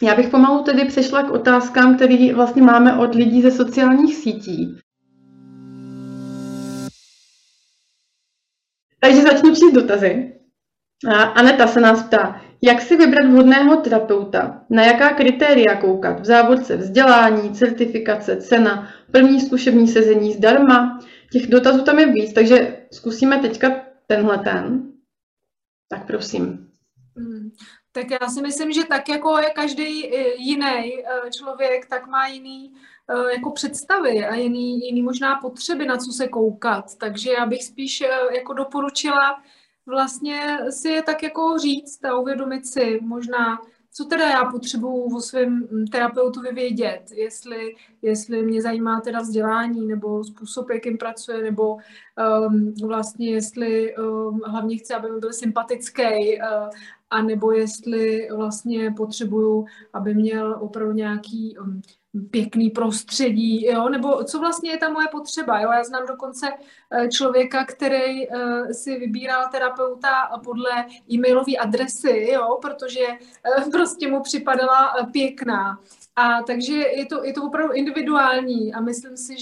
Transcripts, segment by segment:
Já bych pomalu tedy přešla k otázkám, které vlastně máme od lidí ze sociálních sítí. Takže začnu číst dotazy. Aneta se nás ptá, jak si vybrat vhodného terapeuta, na jaká kritéria koukat, v závodce vzdělání, certifikace, cena, první zkušební sezení zdarma. Těch dotazů tam je víc, takže zkusíme teďka tenhle ten. Tak prosím. Tak já si myslím, že tak jako je každý jiný člověk, tak má jiný jako představy a jiný možná potřeby, na co se koukat. Takže já bych spíš jako doporučila vlastně si je tak jako říct a uvědomit si možná, co teda já potřebuju o svém terapeutovi vědět, jestli mě zajímá teda vzdělání nebo způsob, jakým pracuje, nebo vlastně jestli hlavně chci, aby mi byl sympatický, a nebo jestli vlastně potřebuju, aby měl opravdu nějaký pěkný prostředí, jo? Nebo co vlastně je ta moje potřeba. Jo? Já znám dokonce člověka, který si vybíral terapeuta podle e-mailové adresy, jo? Protože prostě mu připadala pěkná. A takže je to opravdu individuální a myslím si,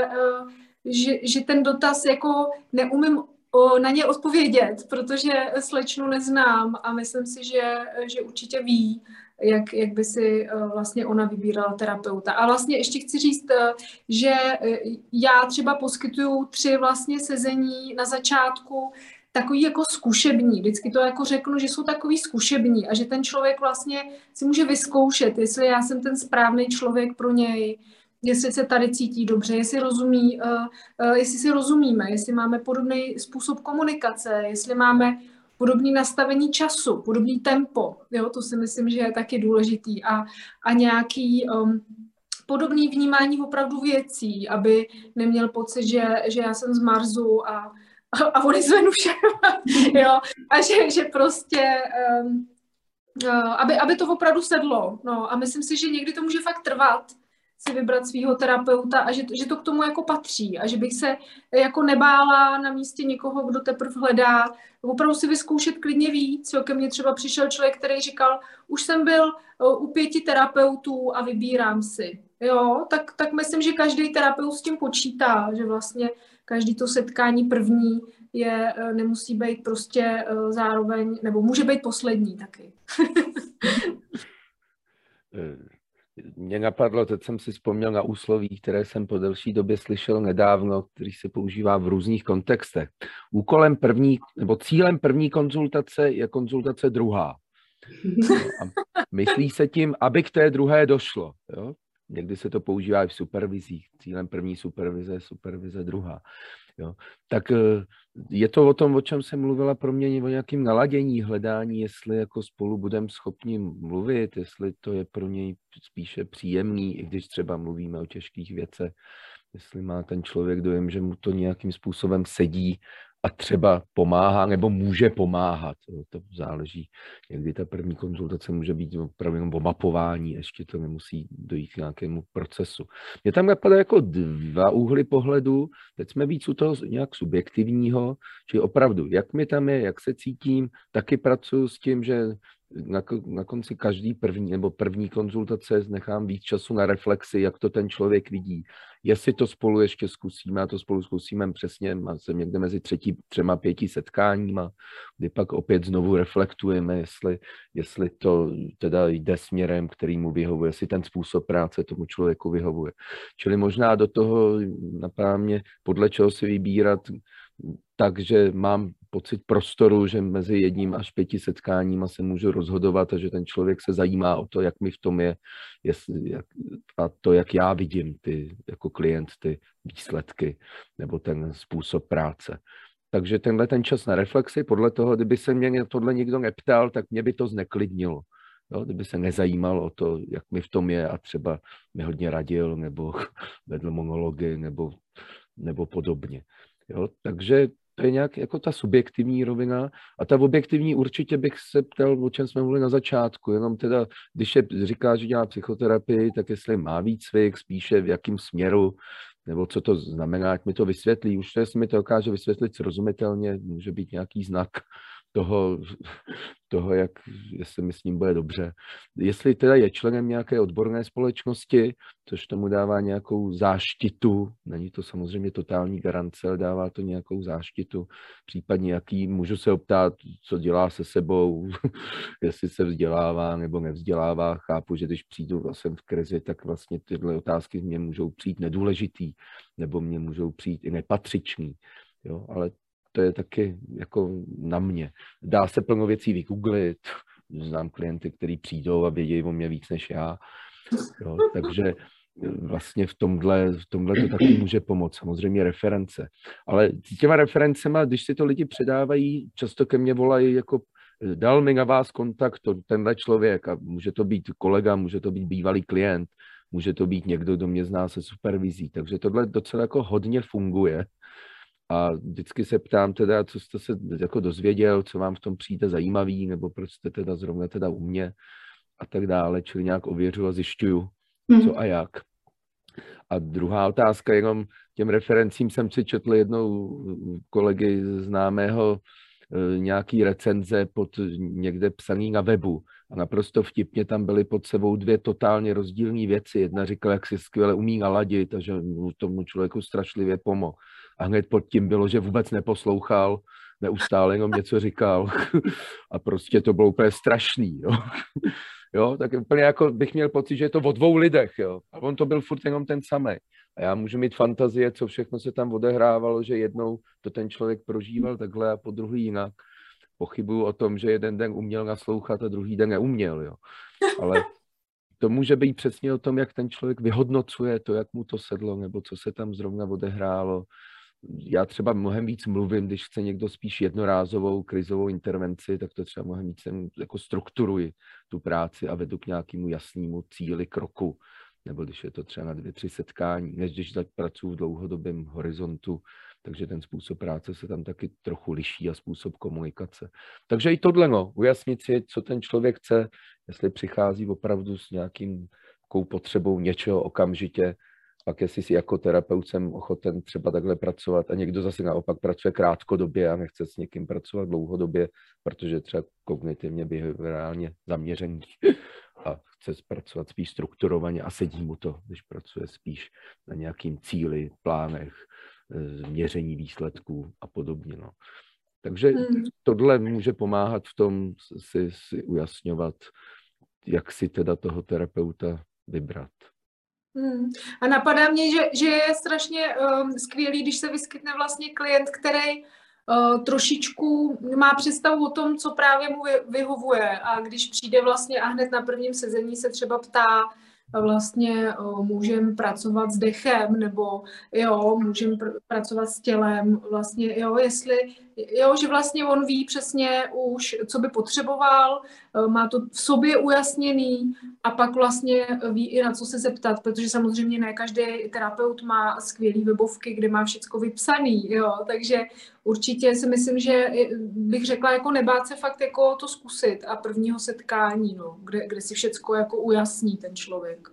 že ten dotaz jako neumím na ně odpovědět, protože slečnu neznám a myslím si, že určitě ví, jak by si vlastně ona vybírala terapeuta. A vlastně ještě chci říct, že já třeba poskytuju 3 vlastně sezení na začátku, takový jako zkušební. Vždycky to jako řeknu, že jsou takový zkušební a že ten člověk vlastně si může vyzkoušet, jestli já jsem ten správný člověk pro něj, jestli se tady cítí dobře, jestli si rozumíme, jestli máme podobný způsob komunikace, jestli máme podobné nastavení času, podobný tempo. Jo, to si myslím, že je taky důležitý. A nějaký podobný vnímání opravdu věcí, aby neměl pocit, že já jsem z Marsu a on je z Venuše. Jo, a že prostě aby to opravdu sedlo. No, a myslím si, že někdy to může fakt trvat, si vybrat svého terapeuta a že to k tomu jako patří a že bych se jako nebála na místě někoho, kdo teprve hledá, opravdu si vyzkoušet klidně víc. Jo, ke mně třeba přišel člověk, který říkal, už jsem byl u 5 terapeutů a vybírám si. Jo, tak myslím, že každý terapeut s tím počítá, že vlastně každý to setkání první nemusí být prostě zároveň, nebo může být poslední taky. Mě napadlo, teď jsem si vzpomněl na úsloví, které jsem po delší době slyšel nedávno, který se používá v různých kontextech. Úkolem první, nebo cílem první konzultace je konzultace druhá. No, a myslí se tím, aby k té druhé došlo. Jo? Někdy se to používá i v supervizích. Cílem první supervize je supervize druhá. Jo? Tak je to o tom, o čem jsem mluvila, pro mě o nějakým naladění, hledání, jestli jako spolu budeme schopni mluvit, jestli to je pro něj spíše příjemný, i když třeba mluvíme o těžkých věcech, jestli má ten člověk dojem, že mu to nějakým způsobem sedí a třeba pomáhá nebo může pomáhat. To záleží. Někdy ta první konzultace může být opravdu jenom o mapování, ještě to nemusí dojít k nějakému procesu. Mě tam napadá jako 2 úhly pohledu, teď jsme víc u toho nějak subjektivního, či opravdu, jak mi tam je, jak se cítím, taky pracuji s tím, že na konci každý první konzultace nechám víc času na reflexi, jak to ten člověk vidí. Jestli to spolu ještě zkusíme, a to spolu zkusíme přesně, jsem někde mezi 3, 5 setkáníma, kdy pak opět znovu reflektujeme, jestli to teda jde směrem, který mu vyhovuje, jestli ten způsob práce tomu člověku vyhovuje. Čili možná do toho napadá mě, podle čeho si vybírat, takže mám pocit prostoru, že mezi 1 až 5 setkáníma se můžu rozhodovat a že ten člověk se zajímá o to, jak mi v tom je a to, jak já vidím jako klient ty výsledky nebo ten způsob práce. Takže ten čas na reflexi, podle toho, kdyby se mě tohle nikdo neptal, tak mě by to zneklidnilo. Jo, kdyby se nezajímal o to, jak mi v tom je a třeba mi hodně radil nebo vedl monology nebo podobně. Jo, takže to je nějak jako ta subjektivní rovina a ta objektivní určitě bych se ptal, o čem jsme mluvili na začátku, jenom teda, když říká, že dělá psychoterapii, tak jestli má výcvik, spíše v jakém směru, nebo co to znamená, ať mi to vysvětlí. Už jestli mi to dokáže vysvětlit srozumitelně, může být nějaký znak toho, jestli mi s ním bude dobře. Jestli teda je členem nějaké odborné společnosti, což tomu dává nějakou záštitu, není to samozřejmě totální garance, ale dává to nějakou záštitu, případně jaký, můžu se optát, co dělá se sebou, jestli se vzdělává nebo nevzdělává. Chápu, že když přijdu vlastně v krizi, tak vlastně tyhle otázky mě můžou přijít nedůležitý, nebo mě můžou přijít i nepatřičný, jo, ale to je taky jako na mě. Dá se plno věcí vygooglit, znám klienty, kteří přijdou a vědějí o mě víc než já. Jo, takže vlastně v tomhle to taky může pomoct. Samozřejmě reference. Ale s těma referencema, když si to lidi předávají, často ke mně volají jako dal mi na vás kontakt tenhle člověk a může to být kolega, může to být bývalý klient, může to být někdo, kdo mě zná se supervizí. Takže tohle docela jako hodně funguje. A vždycky se ptám teda, co jste se jako dozvěděl, co vám v tom přijde zajímavý, nebo proč jste teda zrovna teda u mě a tak dále, čili nějak ověřuju a zjišťuju, co a jak. A druhá otázka, jenom těm referencím jsem si četl jednou kolegy známého nějaký recenze pod někde psaný na webu a naprosto vtipně tam byly pod sebou dvě totálně rozdílné věci. Jedna říkala, jak si skvěle umí naladit a že tomu člověku strašlivě pomohl. A hned pod tím bylo, že vůbec neposlouchal, neustále jenom něco říkal a prostě to bylo úplně strašný, jo. Jo, tak úplně jako bych měl pocit, že je to o dvou lidech, jo. A on to byl furt jenom ten samej. A já můžu mít fantazie, co všechno se tam odehrávalo, že jednou to ten člověk prožíval takhle a po druhý jinak. Pochybuju o tom, že jeden den uměl naslouchat a druhý den neuměl, jo. Ale to může být přesně o tom, jak ten člověk vyhodnocuje to, jak mu to sedlo, nebo co se tam zrovna odehrálo. Já třeba mnohem víc mluvím, když chce někdo spíš jednorázovou krizovou intervenci, tak to třeba mnohem víc jako strukturuji tu práci a vedu k nějakému jasnému cíli kroku. Nebo když je to třeba na 2-3 setkání, než když pracuji v dlouhodobém horizontu, takže ten způsob práce se tam taky trochu liší a způsob komunikace. Takže i tohle, no, ujasnit si, co ten člověk chce, jestli přichází opravdu s nějakou potřebou něčeho okamžitě, pak jestli si jako terapeut jsem ochoten třeba takhle pracovat a někdo zase naopak pracuje krátkodobě a nechce s někým pracovat dlouhodobě, protože třeba kognitivně behaviorálně zaměřený a chce pracovat spíš strukturovaně a sedí mu to, když pracuje spíš na nějakým cíli, plánech, měření výsledků a podobně. No. Takže tohle může pomáhat v tom si ujasňovat, jak si teda toho terapeuta vybrat. A napadá mě, že je strašně skvělý, když se vyskytne vlastně klient, který trošičku má představu o tom, co právě mu vyhovuje a když přijde vlastně a hned na prvním sezení se třeba ptá, vlastně můžeme pracovat s dechem, nebo jo, můžeme pracovat s tělem, vlastně jo, že vlastně on ví přesně už, co by potřeboval, má to v sobě ujasněný a pak vlastně ví i na co se zeptat, protože samozřejmě ne každý terapeut má skvělý webovky, kde má všecko vypsaný, jo, takže určitě si myslím, že bych řekla, jako nebát se fakt jako to zkusit a prvního setkání, no, kde si všecko jako ujasní ten člověk.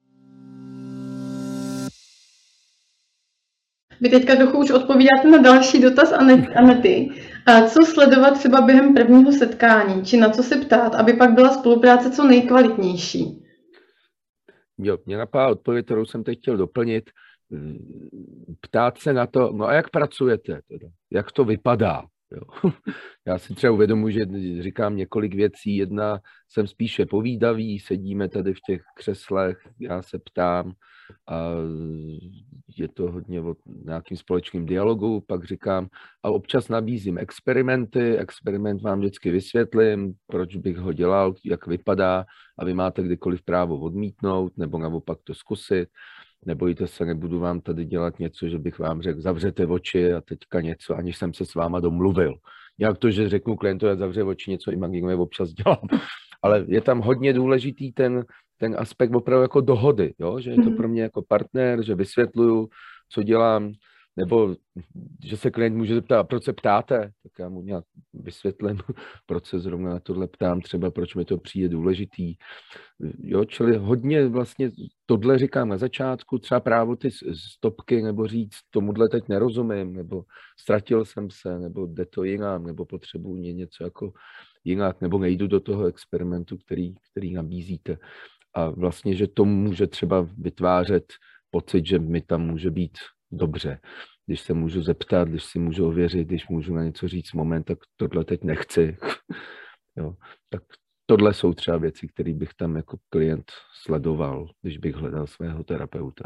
Vy teďka trochu už odpovídáte na další dotaz Anety. A co sledovat třeba během prvního setkání, či na co se ptát, aby pak byla spolupráce co nejkvalitnější? Jo, mě napadá odpověď, kterou jsem teď chtěl doplnit. Ptát se na to, no a jak pracujete teda? Jak to vypadá? Jo. Já si třeba uvědomuji, že říkám několik věcí. Jedna, jsem spíše povídavý, sedíme tady v těch křeslech, já se ptám a je to hodně o nějakým společným dialogu, pak říkám a občas nabízím experimenty, experiment vám vždycky vysvětlím, proč bych ho dělal, jak vypadá a vy máte kdykoliv právo odmítnout nebo naopak to zkusit. Nebojte se, nebudu vám tady dělat něco, že bych vám řekl, zavřete oči a teďka něco, aniž jsem se s váma domluvil. Jak to, že řeknu klientovi, zavře oči, něco imaginuje, občas dělám. Ale je tam hodně důležitý ten aspekt opravdu jako dohody, jo? Že je to pro mě jako partner, že vysvětluju, co dělám, nebo že se klient může zeptat, proč se ptáte, tak já mu nějak vysvětlím, proč se zrovna na tohle ptám, třeba proč mi to přijde důležitý. Jo, čili hodně vlastně tohle říkám na začátku, třeba právě ty stopky, nebo říct, tomuhle teď nerozumím, nebo ztratil jsem se, nebo jde to jinak, nebo potřebuji něco jako jinak, nebo nejdu do toho experimentu, který nabízíte. A vlastně, že to může třeba vytvářet pocit, že mi tam může být dobře. Když se můžu zeptat, když si můžu ověřit, když můžu na něco říct moment, tak tohle teď nechci. Jo, tak tohle jsou třeba věci, které bych tam jako klient sledoval, když bych hledal svého terapeuta.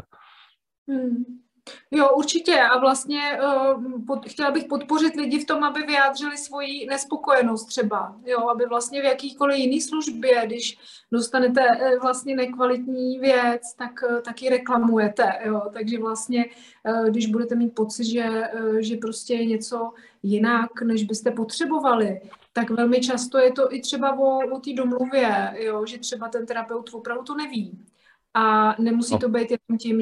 Jo, určitě. A vlastně chtěla bych podpořit lidi v tom, aby vyjádřili svoji nespokojenost třeba. Jo, aby vlastně v jakýkoliv jiný službě, když dostanete vlastně nekvalitní věc, tak ji reklamujete. Jo. Takže vlastně, když budete mít pocit, že prostě je něco jinak, než byste potřebovali, tak velmi často je to i třeba o té domluvě, jo, že třeba ten terapeut opravdu to neví. A nemusí to být jenom tím,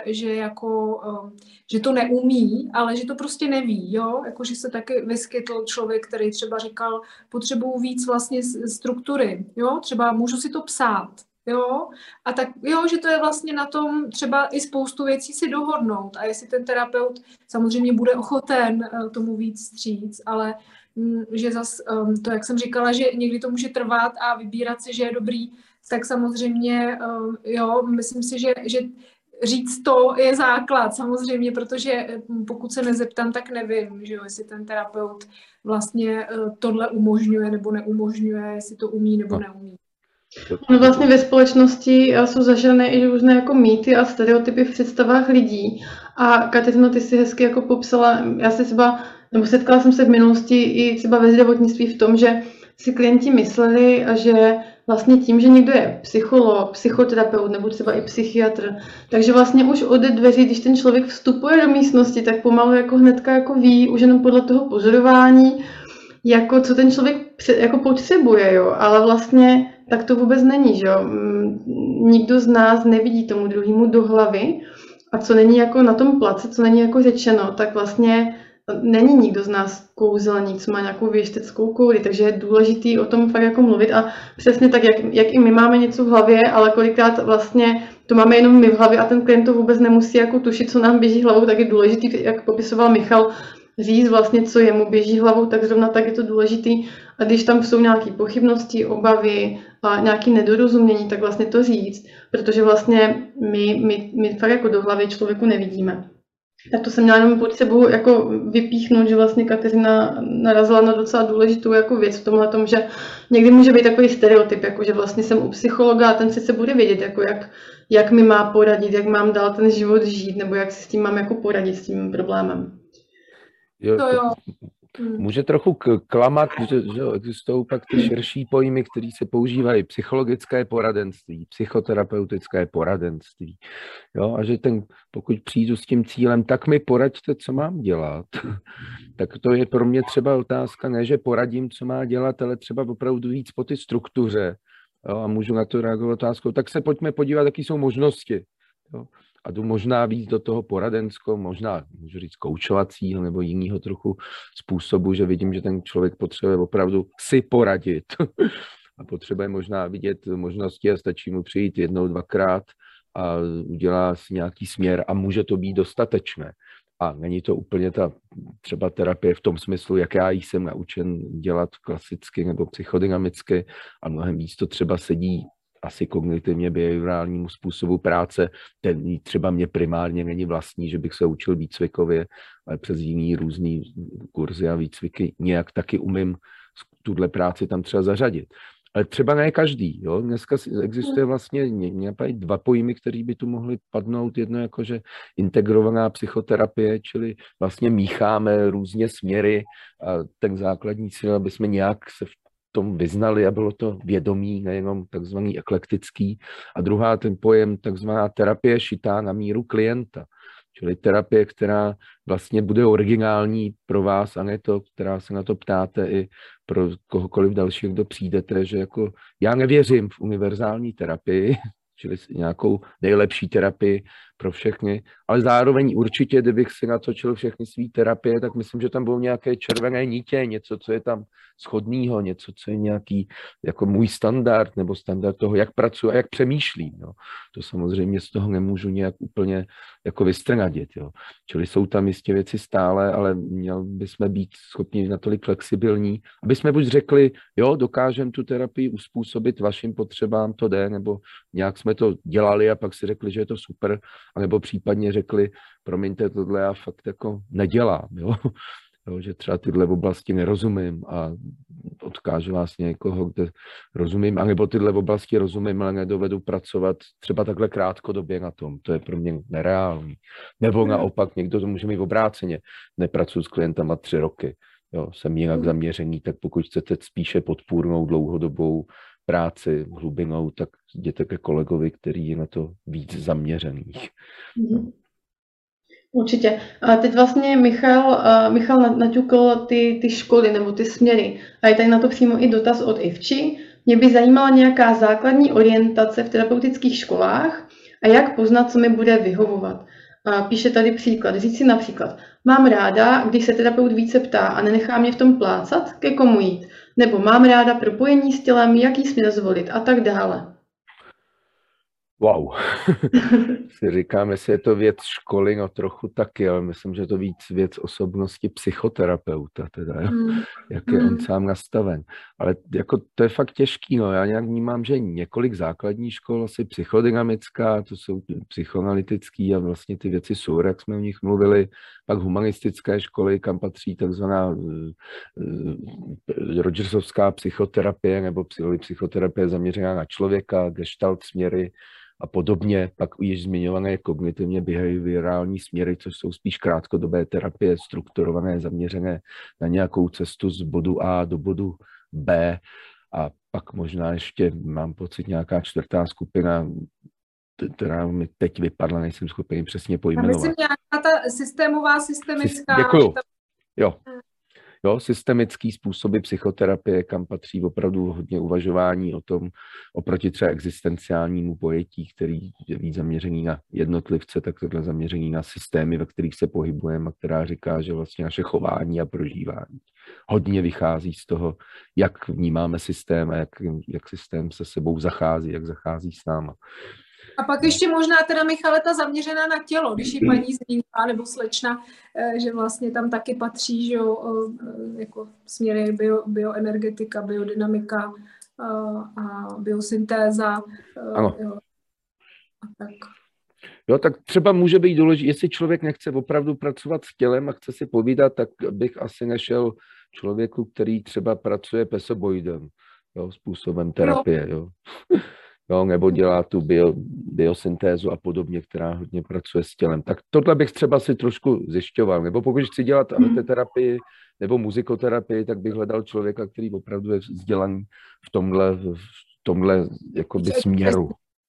že to neumí, ale že to prostě neví, jo? Jako, že se taky vyskytl člověk, který třeba říkal, potřebuju víc vlastně struktury, jo? Třeba můžu si to psát, jo? A tak, jo, že to je vlastně na tom třeba i spoustu věcí si dohodnout. A jestli ten terapeut samozřejmě bude ochoten tomu víc vstříc, ale že zas to, jak jsem říkala, že někdy to může trvat a vybírat si, že je dobrý, tak samozřejmě, jo, myslím si, že říct to je základ samozřejmě, protože pokud se nezeptám, tak nevím, že jo, jestli ten terapeut vlastně tohle umožňuje nebo neumožňuje, jestli to umí nebo neumí. No vlastně ve společnosti jsou zažrané i různé jako mýty a stereotypy v představách lidí. A Kateřino, ty si hezky jako popsala, já se třeba, nebo setkala jsem se v minulosti i třeba ve zdravotnictví v tom, že si klienti mysleli, že vlastně tím, že někdo je psycholog, psychoterapeut nebo třeba i psychiatr, takže vlastně už ode dveří, když ten člověk vstupuje do místnosti, tak pomalu jako hnedka jako ví, už jenom podle toho pozorování, jako co ten člověk jako potřebuje, jo, ale vlastně tak to vůbec není, že jo. Nikdo z nás nevidí tomu druhému do hlavy a co není jako na tom place, co není jako řečeno, tak vlastně není nikdo z nás kouzelník, co má nějakou věšteckou kouli, takže je důležitý o tom fakt jako mluvit a přesně tak, jak i my máme něco v hlavě, ale kolikrát vlastně to máme jenom my v hlavě a ten klient to vůbec nemusí jako tušit, co nám běží hlavou, tak je důležitý, jak popisoval Michal, říct vlastně, co jemu běží hlavou, tak zrovna tak je to důležitý. A když tam jsou nějaké pochybnosti, obavy a nějaké nedorozumění, tak vlastně to říct, protože vlastně my fakt jako do hlavy člověku nevidíme. Tak to jsem měla jenom potřebu jako vypíchnout, že vlastně Kateřina narazila na docela důležitou jako věc v tomhle tom, že někdy může být takový stereotyp, jako že vlastně jsem u psychologa a ten přece bude vědět, jako jak mi má poradit, jak mám dál ten život žít, nebo jak si s tím mám jako poradit s tím problémem. Jo, může trochu klamat, že existují pak ty širší pojmy, které se používají, psychologické poradenství, psychoterapeutické poradenství. Jo, a že pokud přijdu s tím cílem, tak mi poraďte, co mám dělat. Tak to je pro mě třeba otázka, ne, že poradím, co má dělat, ale třeba opravdu víc po ty struktuře. Jo, a můžu na to reagovat otázkou, tak se pojďme podívat, jaké jsou možnosti. Jo. A jdu možná víc do toho poradenského, možná můžu říct koučovacího nebo jiného trochu způsobu, že vidím, že ten člověk potřebuje opravdu si poradit a potřebuje možná vidět možnosti a stačí mu přijít jednou, dvakrát a udělá si nějaký směr a může to být dostatečné. A není to úplně ta třeba terapie v tom smyslu, jak já jsem naučen dělat klasicky nebo psychodynamicky a mnohem víc to třeba sedí asi kognitivně behaviorálnímu způsobu práce, ten třeba mě primárně není vlastní, že bych se učil výcvikově, ale přes jiný různý kurzy a výcviky nějak taky umím tuhle práci tam třeba zařadit. Ale třeba ne každý. Jo? Dneska existuje vlastně nějaké dva pojmy, které by tu mohly padnout. Jedno jakože integrovaná psychoterapie, čili vlastně mícháme různě směry a ten základní cíl, aby jsme nějak se v tom vyznali a bylo to vědomí, nejenom takzvaný eklektický. A druhá ten pojem takzvaná terapie šitá na míru klienta. Čili terapie, která vlastně bude originální pro vás a ne to, která se na to ptáte i pro kohokoliv dalšího, kdo přijdete, že jako já nevěřím v univerzální terapii, čili nějakou nejlepší terapii pro všechny, ale zároveň určitě, kdybych si natočil všechny své terapie, tak myslím, že tam budou nějaké červené nitě, něco, co je tam shodného, něco, co je nějaký jako můj standard, nebo standard toho, jak pracuji a jak přemýšlím. Jo. To samozřejmě z toho nemůžu nějak úplně jako vystrnadit. Jo. Čili jsou tam jistě věci stále, ale měl bychom být schopni natolik flexibilní, aby jsme buď řekli, jo, dokážeme tu terapii uspůsobit vašim potřebám, to jde, nebo nějak jsme to dělali a pak si řekli, že je to super, anebo případně řekli, promiňte, tohle já fakt jako nedělám, jo? Jo, že třeba tyhle oblasti nerozumím a odkážu vás někoho, kde rozumím, anebo tyhle oblasti rozumím, ale nedovedu pracovat třeba takhle krátkodobě na tom, to je pro mě nereálný. Nebo naopak, někdo to může mít obráceně, nepracuji s klientama 3 roky, jo, jsem jinak zaměřený, tak pokud chcete spíše podpůrnou dlouhodobou práci hlubinou, tak jděte ke kolegovi, který je na to víc zaměřený. Určitě. A teď vlastně Michal naťukl ty školy nebo ty směry. A je tady na to přímo i dotaz od Ivči. Mě by zajímala nějaká základní orientace v terapeutických školách a jak poznat, co mi bude vyhovovat. A píše tady příklad. Říct si například, mám ráda, když se terapeut více ptá a nenechá mě v tom plácat, ke komu jít. Nebo mám ráda propojení s tělem, jaký směr zvolit a tak dále. Wow. Si říkám, jestli je to věc školy, no trochu taky, ale myslím, že je to víc věc osobnosti psychoterapeuta, teda, jo? Jak je on sám nastaven. Ale jako to je fakt těžký, no. Já nějak vnímám, že několik základních škol, asi psychodynamická, to jsou psychoanalytický a vlastně ty věci jsou, jak jsme o nich mluvili, pak humanistické školy, kam patří takzvaná Rogersovská psychoterapie nebo psychoterapie zaměřená na člověka, gestalt směry a podobně, pak již zmiňované kognitivně behaviorální směry, což jsou spíš krátkodobé terapie, strukturované, zaměřené na nějakou cestu z bodu A do bodu B a pak možná ještě, mám pocit, nějaká 4. skupina, která mi teď vypadla, nejsem schopný přesně pojmenovat. A myslím nějaká ta systemická. Děkuju. Jo. Jo, systemický způsoby psychoterapie, kam patří opravdu hodně uvažování o tom, oproti třeba existenciálnímu pojetí, který je víc zaměřený na jednotlivce, tak tohle zaměřený na systémy, ve kterých se pohybujeme a která říká, že vlastně naše chování a prožívání hodně vychází z toho, jak vnímáme systém a jak systém se sebou zachází, jak zachází s náma. A pak ještě možná teda, Michale, ta zaměřená na tělo, když ji paní zmínila, nebo slečna, že vlastně tam taky patří, že jo, jako směry bioenergetika, biodynamika a biosyntéza. Ano. Jo. A tak. Jo, tak třeba může být důležité, jestli člověk nechce opravdu pracovat s tělem a chce si povídat, tak bych asi nešel člověku, který třeba pracuje pesoboidem, jo, způsobem terapie, jo. Jo, nebo dělá tu biosyntézu a podobně, která hodně pracuje s tělem. Tak tohle bych třeba si trošku zjišťoval. Nebo pokud chci dělat arteterapii nebo muzikoterapii, tak bych hledal člověka, který opravdu je vzdělaný v tomhle jakoby směru.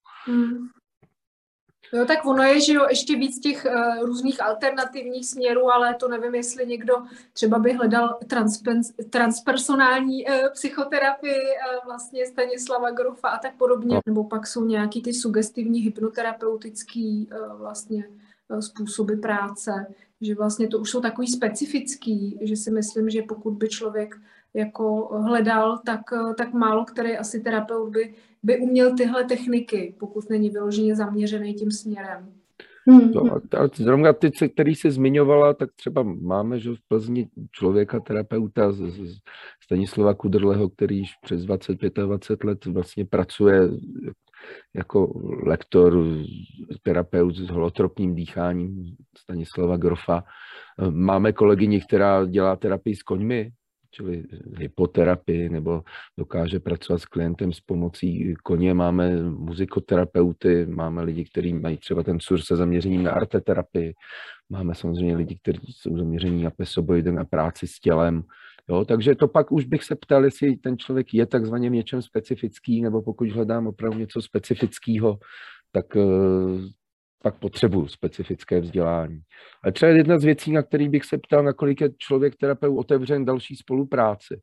Jo, tak ono je, že jo, ještě víc těch různých alternativních směrů, ale to nevím, jestli někdo třeba by hledal transpersonální psychoterapii, vlastně Stanislava Grofa a tak podobně, nebo pak jsou nějaký ty sugestivní hypnoterapeutický vlastně způsoby práce, že vlastně to už jsou takový specifický, že si myslím, že pokud by člověk jako hledal, tak málo který asi terapeut by uměl tyhle techniky, pokud není vyloženě zaměřený tím směrem. Zrovna ty, který jsi zmiňovala, tak třeba máme, že v Plzni člověka, terapeuta Stanislava Kudrleho, který již přes 25 let vlastně pracuje jako lektor, terapeut s holotropním dýcháním Stanislava Grofa. Máme kolegyni, která dělá terapii s koňmi, čili hypoterapii, nebo dokáže pracovat s klientem s pomocí koně. Máme muzikoterapeuty, máme lidi, kteří mají třeba ten sur se zaměřením na arteterapii. Máme samozřejmě lidi, kteří jsou zaměření na pesoboidem a práci s tělem. Jo, takže to pak už bych se ptal, jestli ten člověk je takzvaně v něčem specifický, nebo pokud hledám opravdu něco specifického, tak pak potřebuju specifické vzdělání. Ale třeba jedna z věcí, na který bych se ptal, nakolik je člověk terapeut otevřen další spolupráci.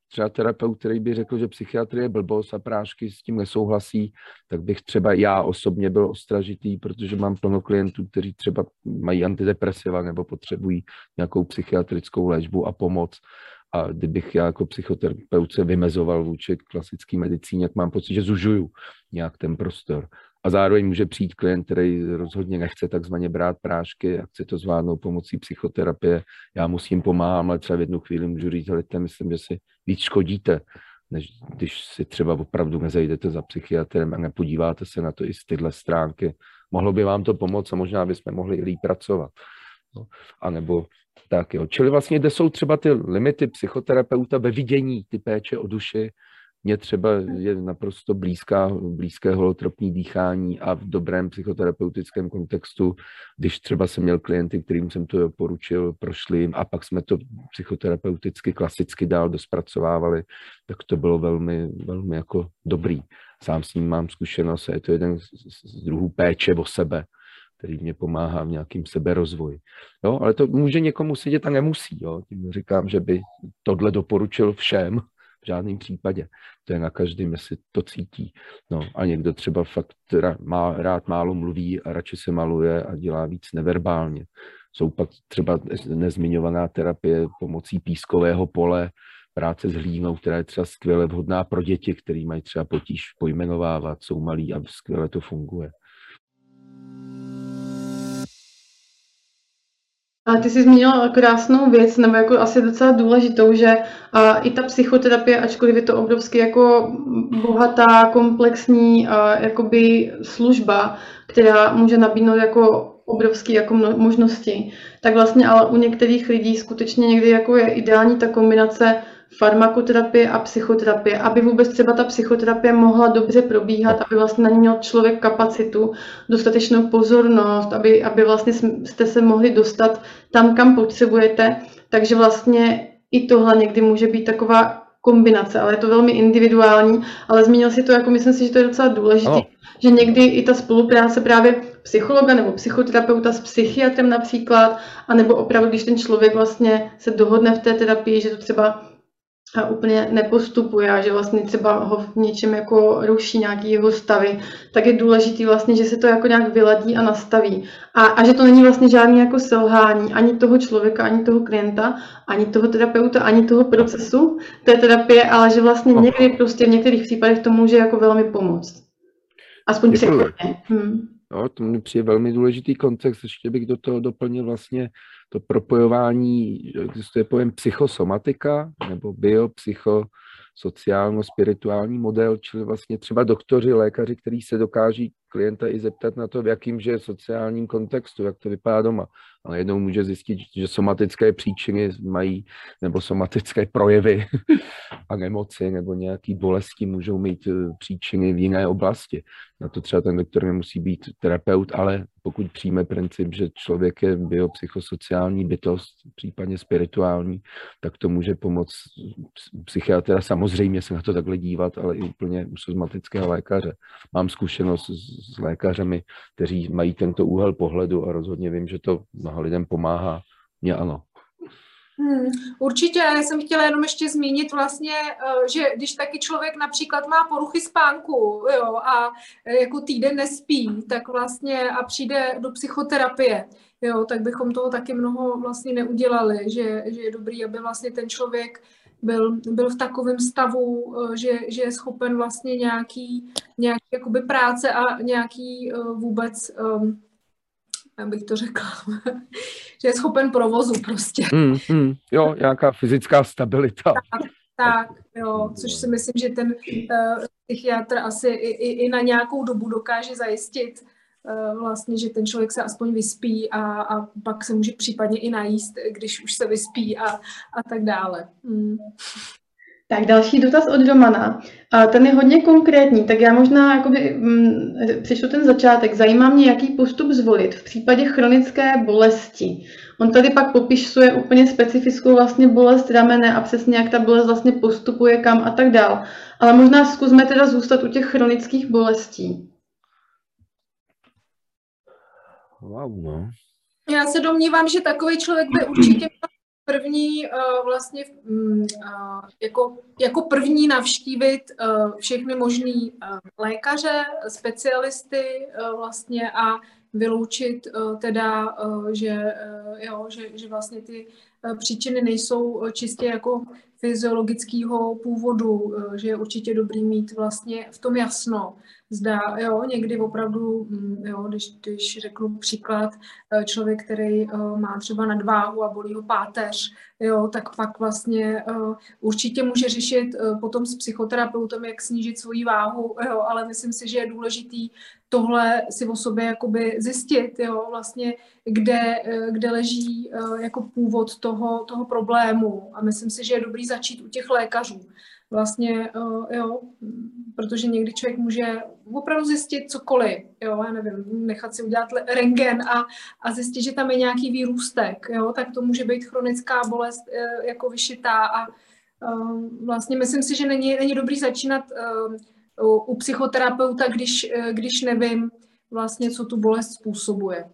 třeba terapeut, který by řekl, že psychiatrie je blbost a prášky s tím nesouhlasí, tak bych třeba já osobně byl ostražitý, protože mám plno klientů, kteří třeba mají antidepresiva nebo potřebují nějakou psychiatrickou léčbu a pomoc. A kdybych já jako psychoterapeut se vymezoval vůči klasické medicíně, jak mám pocit, že zužuju nějak ten prostor. A zároveň může přijít klient, který rozhodně nechce takzvaně brát prášky a chce to zvládnout pomocí psychoterapie. Já musím pomáhat, ale třeba v jednu chvíli můžu říct, ale myslím, že si víc škodíte, než když si třeba opravdu nezajdete za psychiatrem a nepodíváte se na to i z tyhle stránky. Mohlo by vám to pomoct a možná bychom mohli i líp pracovat. No. A nebo tak jo. Čili vlastně, kde jsou třeba ty limity psychoterapeuta ve vidění ty péče o duši. Mně třeba je naprosto blízké holotropní dýchání a v dobrém psychoterapeutickém kontextu, když třeba jsem měl klienty, kterým jsem to doporučil, prošli jim a pak jsme to psychoterapeuticky klasicky dál dospracovávali, tak to bylo velmi, velmi jako dobrý. Sám s ním mám zkušenost a je to jeden z druhů péče o sebe, který mě pomáhá v nějakým seberozvoji. Jo, ale to může někomu sedět a nemusí. Jo. Tím říkám, že by tohle doporučil všem, v žádném případě. To je na každém, jestli to cítí. No, a někdo třeba fakt rád málo mluví a radši se maluje a dělá víc neverbálně. Jsou pak třeba nezmiňovaná terapie pomocí pískového pole, práce s hlínou, která je třeba skvěle vhodná pro děti, který mají třeba potíž pojmenovávat, jsou malí a skvěle to funguje. A ty jsi zmínil krásnou věc, nebo jako asi docela důležitou, že i ta psychoterapie, ačkoliv je to obrovsky jako bohatá, komplexní jakoby služba, která může nabídnout jako obrovský jako možnosti, tak vlastně ale u některých lidí skutečně někdy jako je ideální ta kombinace farmakoterapie a psychoterapie, aby vůbec třeba ta psychoterapie mohla dobře probíhat, aby vlastně na ní měl člověk kapacitu, dostatečnou pozornost, aby vlastně jste se mohli dostat tam, kam potřebujete. Takže vlastně i tohle někdy může být taková kombinace, ale je to velmi individuální, ale zmínil si to, jako myslím si, že to je docela důležité, že někdy i ta spolupráce právě psychologa nebo psychoterapeuta s psychiatrem například, anebo opravdu, když ten člověk vlastně se dohodne v té terapii, že to třeba úplně nepostupuje a že vlastně třeba ho v něčem jako ruší nějaký jeho stavy, tak je důležitý vlastně, že se to jako nějak vyladí a nastaví. A že to není vlastně žádný jako selhání ani toho člověka, ani toho klienta, ani toho terapeuta, ani toho procesu té terapie, ale že vlastně někdy prostě v některých případech to může jako velmi pomoct. Aspoň překvapně. No, to mi přijde velmi důležitý kontext. Ještě bych do toho doplnil vlastně to propojování, existuje pojem psychosomatika nebo biopsychosociálno-spirituální model, čili vlastně třeba doktoři, lékaři, kteří se dokáží klienta i zeptat na to, v jakým že sociálním kontextu, jak to vypadá doma. Ale jednou může zjistit, že somatické příčiny mají, nebo somatické projevy a nemoci nebo nějaké bolesti můžou mít příčiny v jiné oblasti. Na to třeba ten doktor nemusí být terapeut, ale pokud přijme princip, že člověk je biopsychosociální bytost, případně spirituální, tak to může pomoct psychiatra samozřejmě se na to takhle dívat, ale i úplně u somatického lékaře. Mám zkušenost s lékařemi, kteří mají tento úhel pohledu a rozhodně vím, že to mnoha lidem pomáhá. Mně ano. Určitě, já jsem chtěla jenom ještě zmínit vlastně, že když taky člověk například má poruchy spánku, jo, a jako týden nespí, tak vlastně a přijde do psychoterapie, jo, tak bychom toho taky mnoho vlastně neudělali, že je dobrý, aby vlastně ten člověk byl v takovém stavu, že je schopen vlastně nějaký jakoby práce a nějaký vůbec, jak bych to řekla, že je schopen provozu prostě. Jo, nějaká fyzická stabilita. Tak, jo, což si myslím, že ten psychiatr asi i na nějakou dobu dokáže zajistit vlastně, že ten člověk se aspoň vyspí a pak se může případně i najíst, když už se vyspí a tak dále. Tak další dotaz od Romana. Ten je hodně konkrétní, tak já možná jakoby, přečtu ten začátek. Zajímá mě, jaký postup zvolit v případě chronické bolesti. On tady pak popisuje úplně specifickou vlastně bolest ramene a přesně jak ta bolest vlastně postupuje, kam a tak dál. Ale možná zkusme teda zůstat u těch chronických bolestí. Wow, no. Já se domnívám, že takový člověk by určitě měl první vlastně jako první navštívit všechny možný lékaře, specialisty vlastně a vyloučit teda, že vlastně ty příčiny nejsou čistě jako fyziologického původu, že je určitě dobrý mít vlastně v tom jasno. Zda, někdy opravdu, když řeknu příklad, člověk, který má třeba nadváhu a bolí ho páteř, tak pak vlastně určitě může řešit potom s psychoterapeutem, jak snížit svoji váhu, ale myslím si, že je důležitý tohle si o sobě jakoby zjistit, vlastně, kde leží jako původ toho problému. A myslím si, že je dobrý začít u těch lékařů. Vlastně, protože někdy člověk může opravdu zjistit cokoliv, já nevím, nechat si udělat rentgen a zjistit, že tam je nějaký výrůstek, tak to může být chronická bolest jako vyšitá a vlastně myslím si, že není dobrý začínat u psychoterapeuta, když nevím vlastně, co tu bolest způsobuje.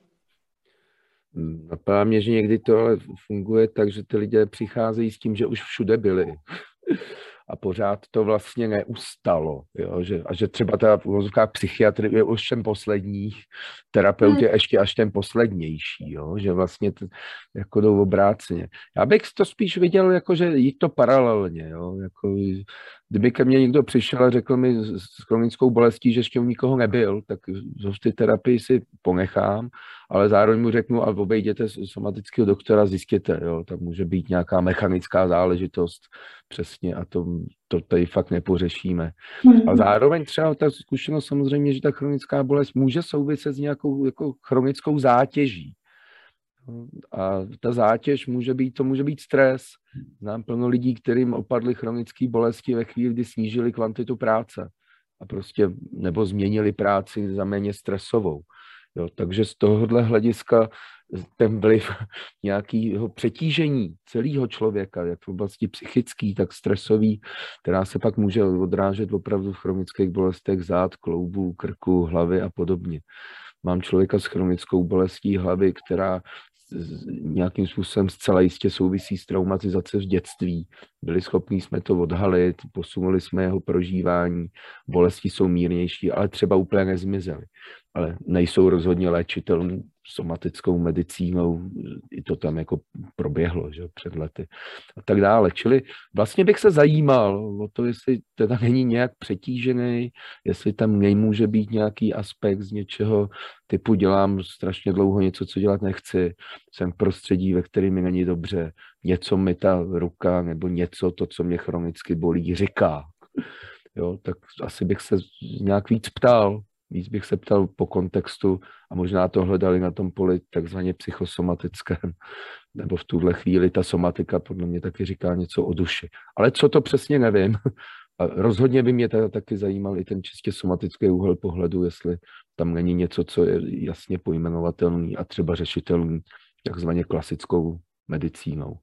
Napadá mě, že někdy to ale funguje tak, že ty lidé přicházejí s tím, že už všude byli. A pořád to vlastně neustalo, a že třeba ta psychiatr je už ten poslední, terapeut je ještě až ten poslednější, že vlastně to, jako jdou obráceně. Já bych to spíš viděl, jako, že jít to paralelně, jako, kdyby ke mně někdo přišel a řekl mi s chronickou bolestí, že ještě u nikoho nebyl, tak ty terapii si ponechám, ale zároveň mu řeknu, a obejděte somatického doktora, zjistěte, tam může být nějaká mechanická záležitost, přesně, a to tady fakt nepořešíme. A zároveň třeba ta zkušenost samozřejmě, že ta chronická bolest může souviset s nějakou jako chronickou zátěží. A ta zátěž může být stres. Znám plno lidí, kterým opadly chronické bolesti ve chvíli, kdy snížili kvantitu práce a prostě nebo změnili práci za méně stresovou. Takže z tohohle hlediska ten vliv nějakého přetížení celého člověka, jak v oblasti psychický, tak stresový, která se pak může odrážet opravdu v chronických bolestech zád, kloubů, krku, hlavy a podobně. Mám člověka s chronickou bolestí hlavy, která nějakým způsobem zcela jistě souvisí s traumatizací v dětství. Byli schopni jsme to odhalit, posunuli jsme jeho prožívání, bolesti jsou mírnější, ale třeba úplně nezmizely. Ale nejsou rozhodně léčitelné somatickou medicínou, i to tam jako proběhlo, že, před lety a tak dále. Čili vlastně bych se zajímal o to, jestli teda není nějak přetížený, jestli tam nemůže být nějaký aspekt z něčeho typu dělám strašně dlouho něco, co dělat nechci, jsem v prostředí, ve kterém mi není dobře, něco mi ta ruka nebo něco, to, co mě chronicky bolí, říká. Tak asi bych se nějak víc ptal. Víc bych se ptal po kontextu a možná to hledali na tom poli takzvaně psychosomatickém, nebo v tuhle chvíli ta somatika podle mě taky říká něco o duši. Ale co to přesně nevím. A rozhodně by mě teda taky zajímal i ten čistě somatický úhel pohledu, jestli tam není něco, co je jasně pojmenovatelný a třeba řešitelný takzvaně klasickou medicínou.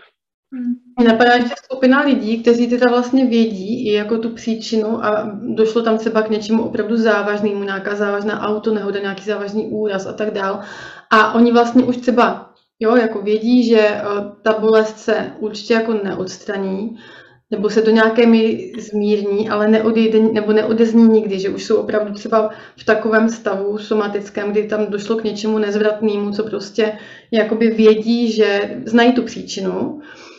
Mě napadá ještě skupina lidí, kteří teda vlastně vědí i jako tu příčinu a došlo tam třeba k něčemu opravdu závažnému, nějaká závažná autonehoda, nějaký závažný úraz a tak dál. A oni vlastně už třeba jako vědí, že ta bolest se určitě jako neodstraní, nebo se do nějaké míry zmírní, ale neodejde nebo neodezní nikdy, že už jsou opravdu třeba v takovém stavu somatickém, kdy tam došlo k něčemu nezvratnému, co prostě jakoby vědí, že znají tu příčinu.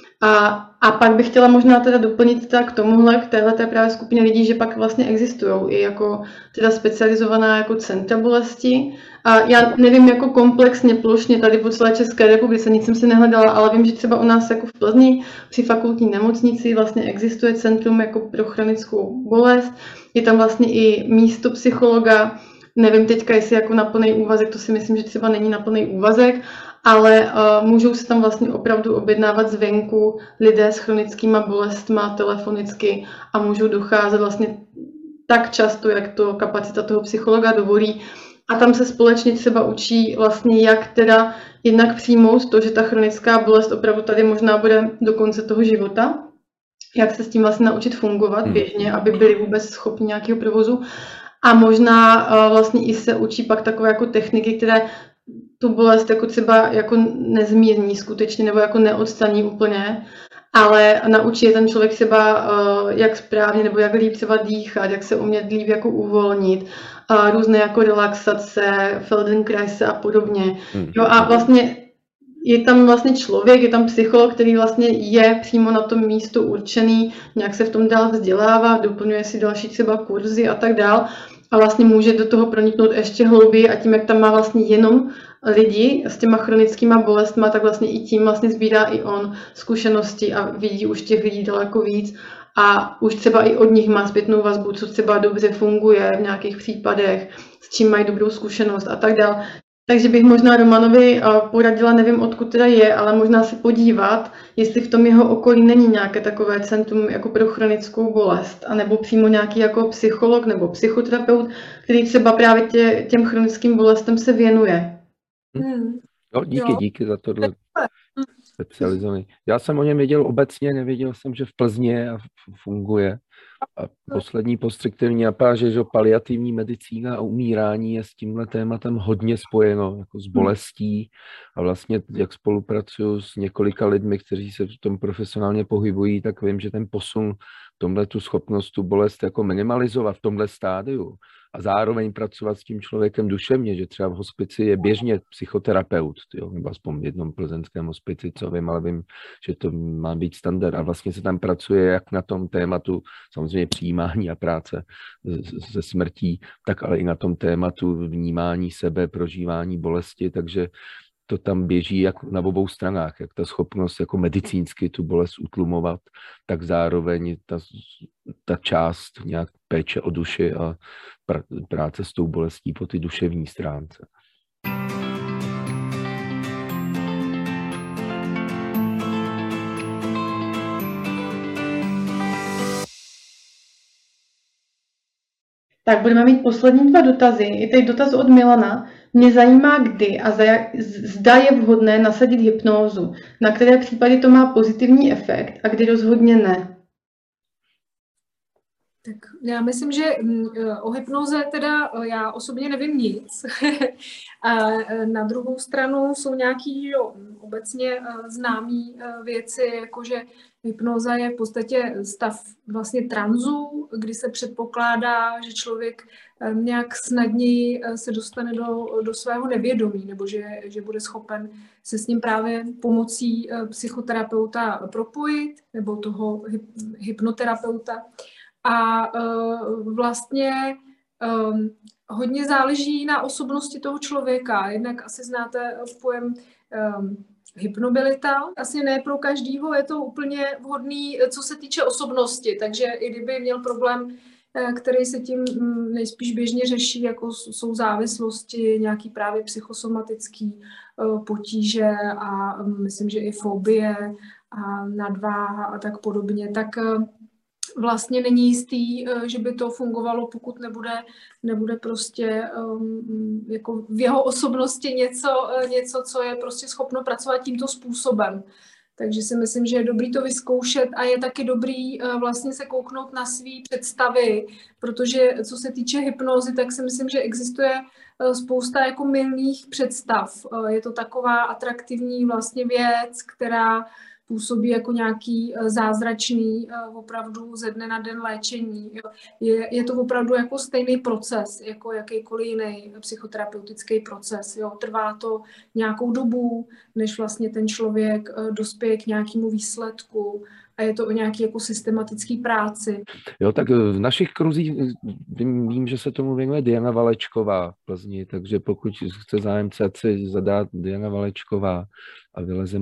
A pak bych chtěla možná teda doplnit teda k tomuhle, k téhleté právě skupině lidí, že pak vlastně existují i jako teda specializovaná jako centra bolesti. A já nevím jako komplexně, plošně tady po celé České republice, nic jsem si nehledala, ale vím, že třeba u nás jako v Plzni při fakultní nemocnici vlastně existuje centrum jako pro chronickou bolest. Je tam vlastně i místo psychologa, nevím teďka, jestli jako na plný úvazek, to si myslím, že třeba není na plný úvazek, ale můžou se tam vlastně opravdu objednávat zvenku lidé s chronickýma bolestma telefonicky a můžou docházet vlastně tak často, jak to kapacita toho psychologa dovolí. A tam se společně třeba učí vlastně, jak teda jednak přijmout to, že ta chronická bolest opravdu tady možná bude do konce toho života, jak se s tím vlastně naučit fungovat běžně, aby byli vůbec schopni nějakého provozu. A možná vlastně i se učí pak takové jako techniky, které tu bolest jako třeba jako nezmírní skutečně, nebo jako neodstraní úplně, ale naučí je ten člověk třeba, jak správně, nebo jak líp třeba dýchat, jak se umět líp jako uvolnit, různé jako relaxace, Feldenkrais a podobně. Jo, a vlastně je tam vlastně člověk, je tam psycholog, který vlastně je přímo na tom místu určený, nějak se v tom dál vzdělává, doplňuje si další třeba kurzy a tak dál a vlastně může do toho proniknout ještě hlouběji a tím, jak tam má vlastně jenom lidi s těma chronickýma bolestma, tak vlastně i tím vlastně sbírá i on zkušenosti a vidí už těch lidí daleko víc a už třeba i od nich má zpětnou vazbu, co třeba dobře funguje v nějakých případech, s čím mají dobrou zkušenost a tak dále. Takže bych možná Romanovi poradila, nevím odkud teda je, ale možná se podívat, jestli v tom jeho okolí není nějaké takové centrum jako pro chronickou bolest, anebo přímo nějaký jako psycholog nebo psychoterapeut, který třeba právě těm chronickým bolestem se věnuje. No, díky za tohle specializovaný. Já jsem o něm věděl obecně, nevěděl jsem, že v Plzni a funguje. A poslední postřeh, který mě napadá, že paliativní medicína a umírání je s tímhle tématem hodně spojeno, jako s bolestí a vlastně jak spolupracuju s několika lidmi, kteří se v tom profesionálně pohybují, tak vím, že ten posun tomhle tu schopnost, tu bolest jako minimalizovat v tomhle stádiu a zároveň pracovat s tím člověkem duševně, že třeba v hospici je běžně psychoterapeut, nebo aspoň v jednom plzeňském hospici, co vím, ale vím, že to má být standard a vlastně se tam pracuje jak na tom tématu samozřejmě přijímání a práce se smrtí, tak ale i na tom tématu vnímání sebe, prožívání bolesti, takže to tam běží jak na obou stranách, jak ta schopnost jako medicínsky tu bolest utlumovat, tak zároveň ta část nějak péče o duši a práce s tou bolestí po ty duševní stránce. Tak budeme mít poslední 2 dotazy. Je tady dotaz od Milana. Mě zajímá, kdy a zda je vhodné nasadit hypnózu, na které případy to má pozitivní efekt a kdy rozhodně ne. Tak já myslím, že o hypnoze teda já osobně nevím nic. A na druhou stranu jsou nějaký obecně známý věci, jakože hypnoza je v podstatě stav vlastně tranzu, kdy se předpokládá, že člověk nějak snadněji se dostane do svého nevědomí, nebo že bude schopen se s ním právě pomocí psychoterapeuta propojit, nebo toho hypnoterapeuta. A vlastně hodně záleží na osobnosti toho člověka. Jednak asi znáte pojem hypnobilita. Asi ne pro každýho je to úplně vhodný, co se týče osobnosti. Takže i kdyby měl problém, který se tím nejspíš běžně řeší, jako jsou závislosti, nějaký právě psychosomatický potíže a myslím, že i fobie a nadváha a tak podobně, tak vlastně není jistý, že by to fungovalo, pokud nebude prostě jako v jeho osobnosti něco, co je prostě schopno pracovat tímto způsobem. Takže si myslím, že je dobrý to vyzkoušet a je taky dobrý vlastně se kouknout na svý představy, protože co se týče hypnózy, tak si myslím, že existuje spousta jako mylných představ. Je to taková atraktivní vlastně věc, která působí jako nějaký zázračný opravdu ze dne na den léčení. Je to opravdu jako stejný proces, jako jakýkoliv jiný psychoterapeutický proces. Jo. Trvá to nějakou dobu, než vlastně ten člověk dospěje k nějakému výsledku a je to o nějaké jako systematické práci. Jo, tak v našich kruzích vím, že se tomu věnuje Diana Valečková v Plzni, takže pokud chce zájemce, si zadát Diana Valečková a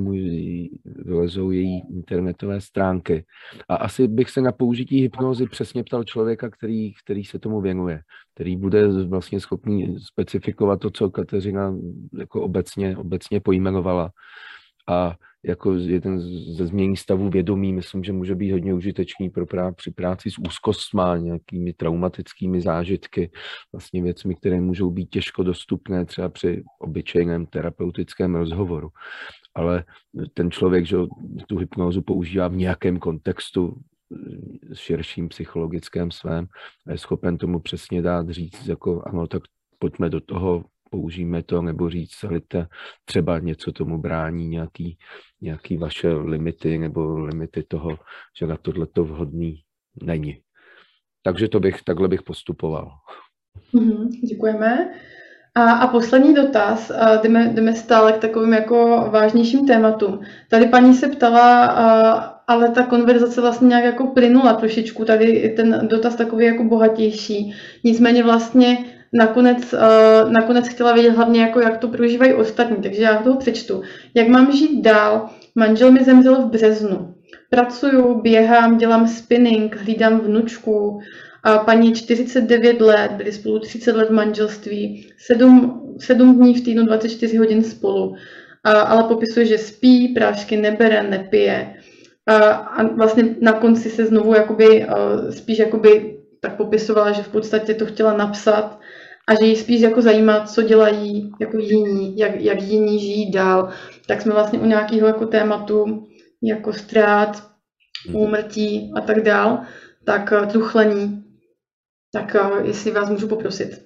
vylezou její internetové stránky. A asi bych se na použití hypnózy přesně ptal člověka, který se tomu věnuje, který bude vlastně schopný specifikovat to, co Kateřina jako obecně pojmenovala. A jako jeden ze změní stavu vědomí, myslím, že může být hodně užitečný při práci s úzkostma, nějakými traumatickými zážitky, vlastně věcmi, které můžou být těžko dostupné třeba při obyčejném terapeutickém rozhovoru. Ale ten člověk, že tu hypnózu používá v nějakém kontextu, širším psychologickém svém, a je schopen tomu přesně dát říct, jako ano, tak pojďme do toho, použijeme to, nebo říct, ale třeba něco tomu brání, nějaký vaše limity nebo limity toho, že na tohleto vhodný není. Takže takhle bych postupoval. Děkujeme. A poslední dotaz, jdeme stále k takovým jako vážnějším tématům. Tady paní se ptala, ale ta konverzace vlastně nějak jako plynula trošičku, tady ten dotaz takový jako bohatější. Nicméně vlastně nakonec chtěla vědět hlavně, jako jak to prožívají ostatní, takže já toho přečtu. Jak mám žít dál? Manžel mi zemřel v březnu. Pracuju, běhám, dělám spinning, hlídám vnučku. A paní 49 let, byli spolu 30 let v manželství, 7 dní v týdnu, 24 hodin spolu. Ale popisuje, že spí, prášky nebere, nepije. A vlastně na konci se znovu spíš tak popisovala, že v podstatě to chtěla napsat a že jí spíš jako zajímá, co dělají jako jiní, jak jiní žijí dál. Tak jsme vlastně u nějakého jako tématu jako ztrát, úmrtí a tak dál, tak truchlení. Tak jestli vás můžu poprosit.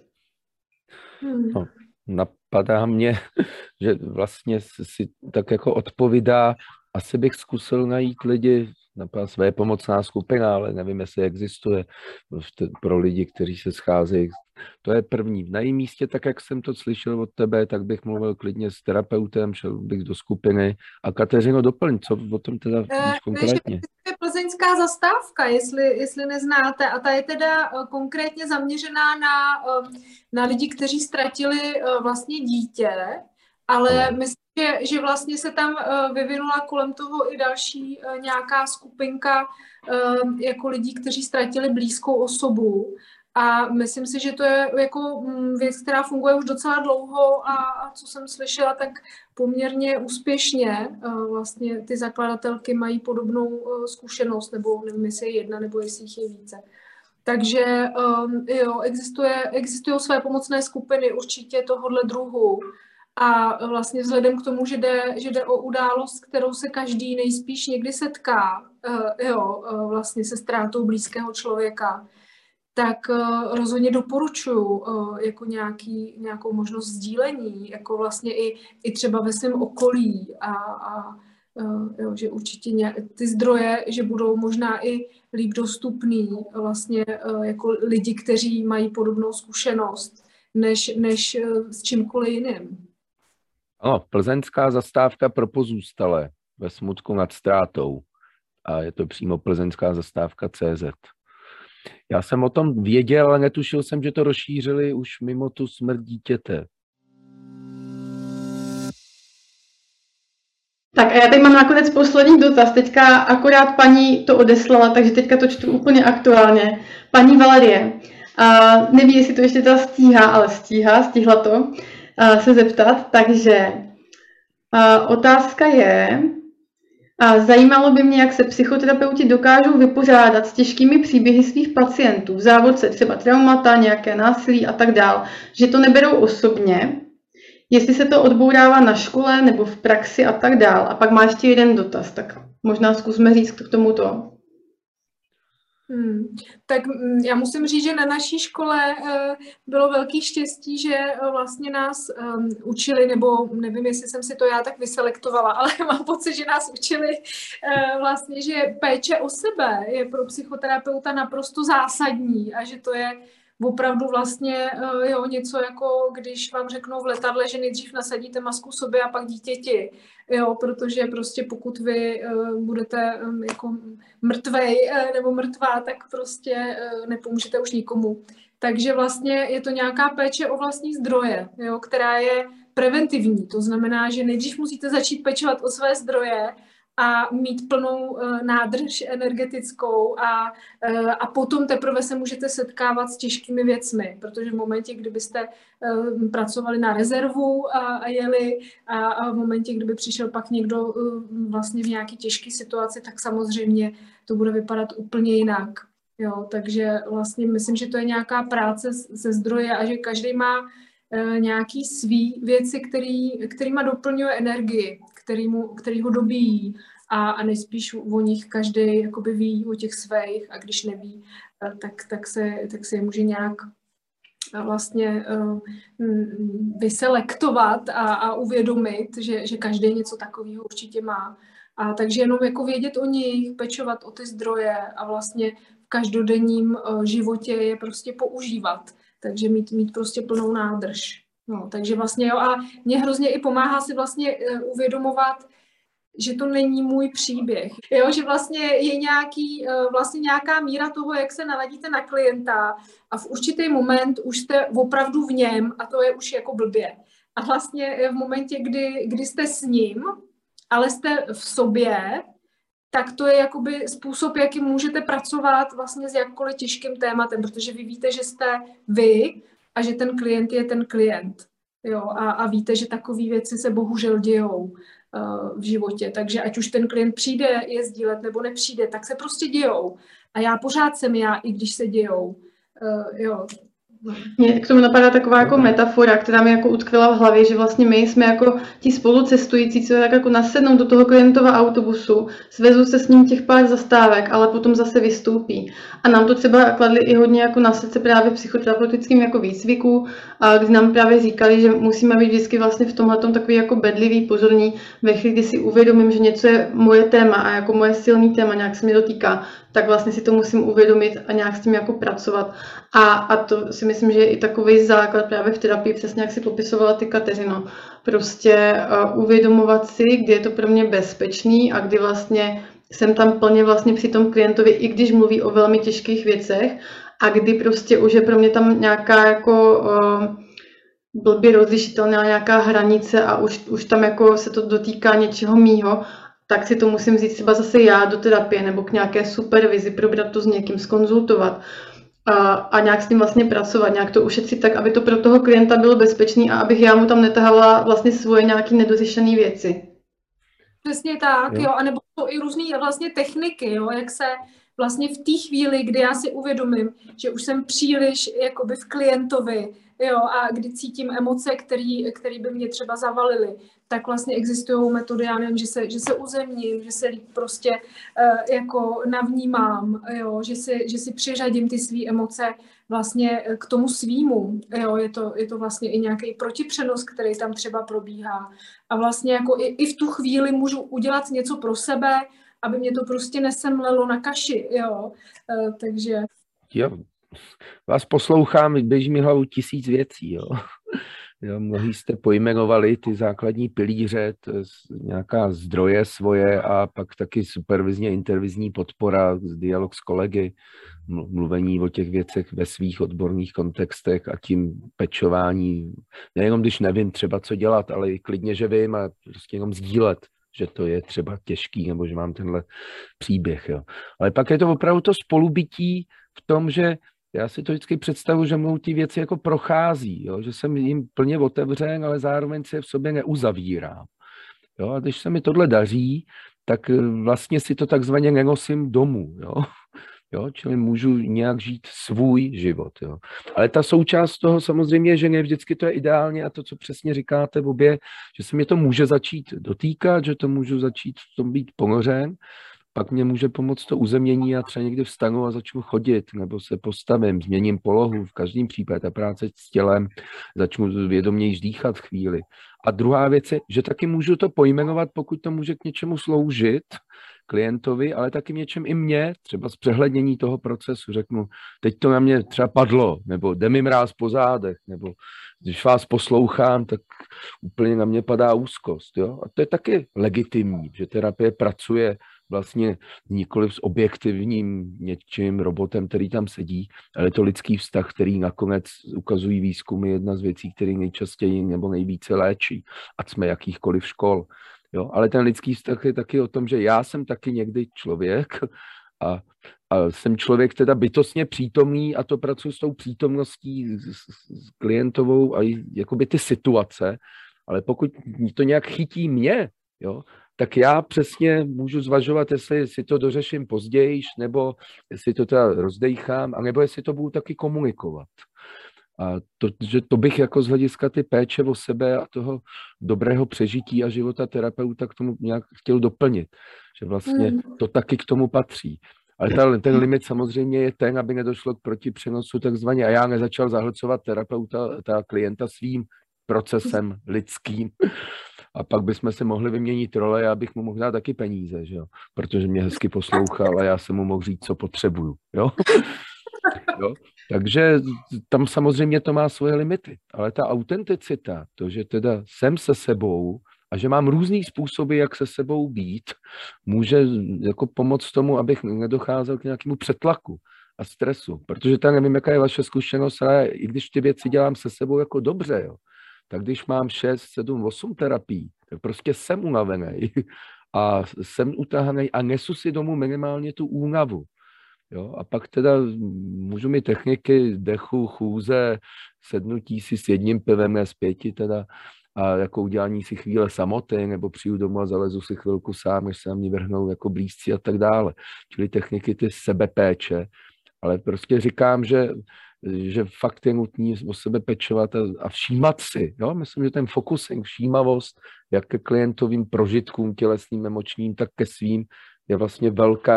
No, napadá mě, že vlastně si tak jako odpovídá, asi bych zkusil najít lidi, napadá své pomocná skupina, ale nevím, jestli existuje pro lidi, kteří se scházejí. To je první. Na jejím místě, tak jak jsem to slyšel od tebe, tak bych mluvil klidně s terapeutem, šel bych do skupiny. A Kateřino, doplň, co o tom teda víš konkrétně? To je plzeňská zastávka, jestli neznáte, a ta je teda konkrétně zaměřená na lidi, kteří ztratili vlastně dítě, ale myslím, že vlastně se tam vyvinula kolem toho i další nějaká skupinka jako lidí, kteří ztratili blízkou osobu. A myslím si, že to je jako věc, která funguje už docela dlouho a co jsem slyšela, tak poměrně úspěšně. Vlastně ty zakladatelky mají podobnou zkušenost, nebo nevím, jestli je jedna, nebo jestli jich je více. Takže jo, existují své pomocné skupiny určitě tohohle druhu. A vlastně vzhledem k tomu, že jde o událost, kterou se každý nejspíš někdy setká, vlastně se ztrátou blízkého člověka, tak rozhodně doporučuji jako nějakou možnost sdílení, jako vlastně i třeba ve svém okolí že určitě ty zdroje, že budou možná i líp dostupný vlastně jako lidi, kteří mají podobnou zkušenost, než s čímkoliv jiným. Ano, plzeňská zastávka pro pozůstalé ve smutku nad ztrátou. A je to přímo plzeňská zastávka CZ. Já jsem o tom věděl, ale netušil jsem, že to rozšířili už mimo tu smrt dítěte. Tak a já tady mám nakonec poslední dotaz. Teďka akorát paní to odeslala, takže teďka to čtu úplně aktuálně. Paní Valerie, neví, jestli to ještě teda stíhá, ale stihla to se zeptat. Takže otázka je, zajímalo by mě, jak se psychoterapeuti dokážou vypořádat s těžkými příběhy svých pacientů, v závodce třeba traumata, nějaké násilí a tak dál, že to neberou osobně, jestli se to odbourává na škole nebo v praxi a tak dál. A pak má ještě jeden dotaz, tak možná zkusme říct k tomuto. Tak já musím říct, že na naší škole bylo velký štěstí, že vlastně nás učili, nebo nevím, jestli jsem si to já tak vyselektovala, ale mám pocit, že nás učili vlastně, že péče o sebe je pro psychoterapeuta naprosto zásadní a že to je opravdu vlastně něco jako, když vám řeknou v letadle, že nejdřív nasadíte masku sobě a pak dítěti, protože prostě pokud vy budete jako mrtvej nebo mrtvá, tak prostě nepomůžete už nikomu. Takže vlastně je to nějaká péče o vlastní zdroje, která je preventivní. To znamená, že nejdřív musíte začít pečovat o své zdroje a mít plnou nádrž energetickou a potom teprve se můžete setkávat s těžkými věcmi, protože v momentě, kdybyste pracovali na rezervu a jeli a v momentě, kdyby přišel pak někdo vlastně v nějaké těžké situaci, tak samozřejmě to bude vypadat úplně jinak. Takže vlastně myslím, že to je nějaká práce se zdroje a že každý má nějaký svý věci, kterýma doplňuje energii, který ho dobíjí a nejspíš o nich každý jakoby ví o těch svých a když neví, tak se je může nějak vlastně vyselektovat a uvědomit, že každý něco takového určitě má. A takže jenom jako vědět o nich, pečovat o ty zdroje a vlastně v každodenním životě je prostě používat. Takže mít prostě plnou nádrž. No, takže vlastně jo, a mě hrozně i pomáhá si vlastně uvědomovat, že to není můj příběh. Jo, že vlastně je nějaká míra toho, jak se naladíte na klienta a v určitý moment už jste opravdu v něm a to je už jako blbě. A vlastně v momentě, kdy jste s ním, ale jste v sobě, tak to je jakoby způsob, jakým můžete pracovat vlastně s jakkoliv těžkým tématem, protože vy víte, že jste vy a že ten klient je ten klient. Jo, a víte, že takové věci se bohužel dějou v životě. Takže ať už ten klient přijde je sdílet nebo nepřijde, tak se prostě dějou. A já pořád jsem já, i když se dějou. Jo. Mně k tomu napadá taková jako metafora, která mi jako utkvěla v hlavě, že vlastně my jsme jako ti spolucestující, co tak jako nasednou do toho klientova autobusu, svezou se s ním těch pár zastávek, ale potom zase vystoupí. A nám to třeba kladli i hodně jako na srdce právě v psychoterapeutickém jako výcviku, kdy nám právě říkali, že musíme být vždycky vlastně v tomhletom takový jako bedlivý, pozorní, ve chvíli, kdy si uvědomím, že něco je moje téma a jako moje silný téma, nějak se mi dotýká, tak vlastně si to musím uvědomit a nějak s tím jako pracovat. A to si myslím, že je i takový základ právě v terapii, přesně jak si popisovala ty, Kateřino. Prostě uvědomovat si, kdy je to pro mě bezpečný a kdy vlastně jsem tam plně vlastně při tom klientovi, i když mluví o velmi těžkých věcech a kdy prostě už je pro mě tam nějaká jako blbě rozlišitelná nějaká hranice a už tam jako se to dotýká něčeho mýho, tak si to musím vzít třeba zase já do terapie nebo k nějaké supervizi, probrat to s někým, zkonzultovat a nějak s tím vlastně pracovat, nějak to ušetřit tak, aby to pro toho klienta bylo bezpečný a abych já mu tam netahala vlastně svoje nějaké nedořešené věci. Přesně tak, jo, a nebo to i různý vlastně techniky, jo, jak se vlastně v té chvíli, kdy já si uvědomím, že už jsem příliš jakoby v klientovi, jo, a kdy cítím emoce, které by mě třeba zavalily, tak vlastně existují metody, já nevím, že se uzemním, že se líp prostě jako navnímám, jo, že si přiřadím ty své emoce vlastně k tomu svýmu, jo, je to vlastně i nějaký protipřenos, který tam třeba probíhá a vlastně jako i v tu chvíli můžu udělat něco pro sebe, aby mě to prostě nesemlelo na kaši, jo, takže... Jo, vás poslouchám, běží mi hlavu 1000 věcí, jo. Jo, mnohý jste pojmenovali ty základní pilíře, to je nějaká zdroje svoje a pak taky supervizně intervizní podpora, dialog s kolegy, mluvení o těch věcech ve svých odborných kontextech a tím pečování, nejenom když nevím třeba co dělat, ale i klidně, že vím a prostě jenom sdílet, že to je třeba těžký nebo že mám tenhle příběh. Jo. Ale pak je to opravdu to spolubytí v tom, že já si to vždycky představuji, že mnou ty věci jako prochází, jo? Že jsem jim plně otevřen, ale zároveň se v sobě neuzavírám. Jo? A když se mi tohle daří, tak vlastně si to takzvaně nenosím domů. Jo? Jo? Čili můžu nějak žít svůj život. Jo? Ale ta součást toho samozřejmě, že ne vždycky to je ideálně a to, co přesně říkáte v obě, že se mě to může začít dotýkat, že to můžu začít v tom být ponořen. Pak mě může pomoct to uzemnění a třeba někdy vstanu a začnu chodit, nebo se postavím, změním polohu, v každém případě ta práce s tělem, začnu vědoměji dýchat chvíli. A druhá věc je, že taky můžu to pojmenovat, pokud to může k něčemu sloužit klientovi, ale taky něčem i mně, třeba zpřehlednění toho procesu. Řeknu, teď to na mě třeba padlo, nebo jde mi mráz po zádech, nebo když vás poslouchám, tak úplně na mě padá úzkost. Jo? A to je taky legitimní, že terapie pracuje vlastně nikoliv s objektivním něčím robotem, který tam sedí, ale je to lidský vztah, který nakonec ukazují výzkumy, jedna z věcí, který nejčastěji nebo nejvíce léčí, ať jsme jakýchkoliv škol. Jo? Ale ten lidský vztah je taky o tom, že já jsem taky někdy člověk a jsem člověk teda bytostně přítomný a to pracuji s tou přítomností s klientovou a jakoby ty situace, ale pokud to nějak chytí mě, jo, tak já přesně můžu zvažovat, jestli si to dořeším později, nebo jestli to teda rozdejchám, anebo jestli to budu taky komunikovat. A to bych jako z hlediska ty péče o sebe a toho dobrého přežití a života terapeuta k tomu nějak chtěl doplnit. Že vlastně to taky k tomu patří. Ale ten limit samozřejmě je ten, aby nedošlo k protipřenosu takzvaně a já nezačal zahlcovat terapeuta, klienta svým procesem lidským. A pak bychom se mohli vyměnit role, já bych mu mohl dát taky peníze, že jo? Protože mě hezky poslouchal a já jsem mu mohl říct, co potřebuju. Jo? Jo? Takže tam samozřejmě to má svoje limity. Ale ta autenticita, to, že teda jsem se sebou a že mám různý způsoby, jak se sebou být, může jako pomoct tomu, abych nedocházel k nějakému přetlaku a stresu. Protože tak nevím, jaká je vaše zkušenost, ale i když ty věci dělám se sebou jako dobře, jo, tak když mám 6, 7, 8 terapií, tak prostě jsem unavený a jsem utahaný a nesu si domů minimálně tu únavu. Jo? A pak teda můžu mít techniky dechu, chůze, sednutí si s jedním pivem, ne s 5 teda, a jako udělání si chvíle samoty, nebo přijdu domů a zalezu si chvilku sám, než se na mě vrhnou jako blízcí a tak dále. Čili techniky ty sebepéče. Ale prostě říkám, že fakt je nutný o sebe pečovat a všímat si. Jo? Myslím, že ten focusing, všímavost, jak ke klientovým prožitkům tělesným, emočním, tak ke svým, je vlastně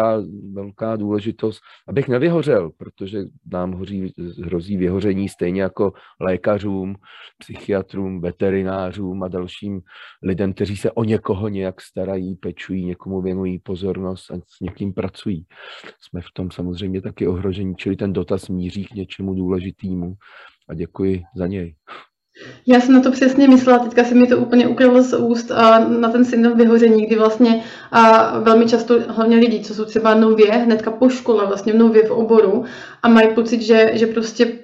velká důležitost, abych nevyhořel, protože nám hrozí vyhoření stejně jako lékařům, psychiatrům, veterinářům a dalším lidem, kteří se o někoho nějak starají, pečují, někomu věnují pozornost a s někým pracují. Jsme v tom samozřejmě taky ohrožení, čili ten dotaz míří k něčemu důležitému a děkuji za něj. Já jsem na to přesně myslela, teďka se mi to úplně ukrylo z úst na ten syndrom vyhoření, kdy vlastně velmi často hlavně lidi, co jsou třeba nově, hnedka po škole, vlastně nově v oboru a mají pocit, že prostě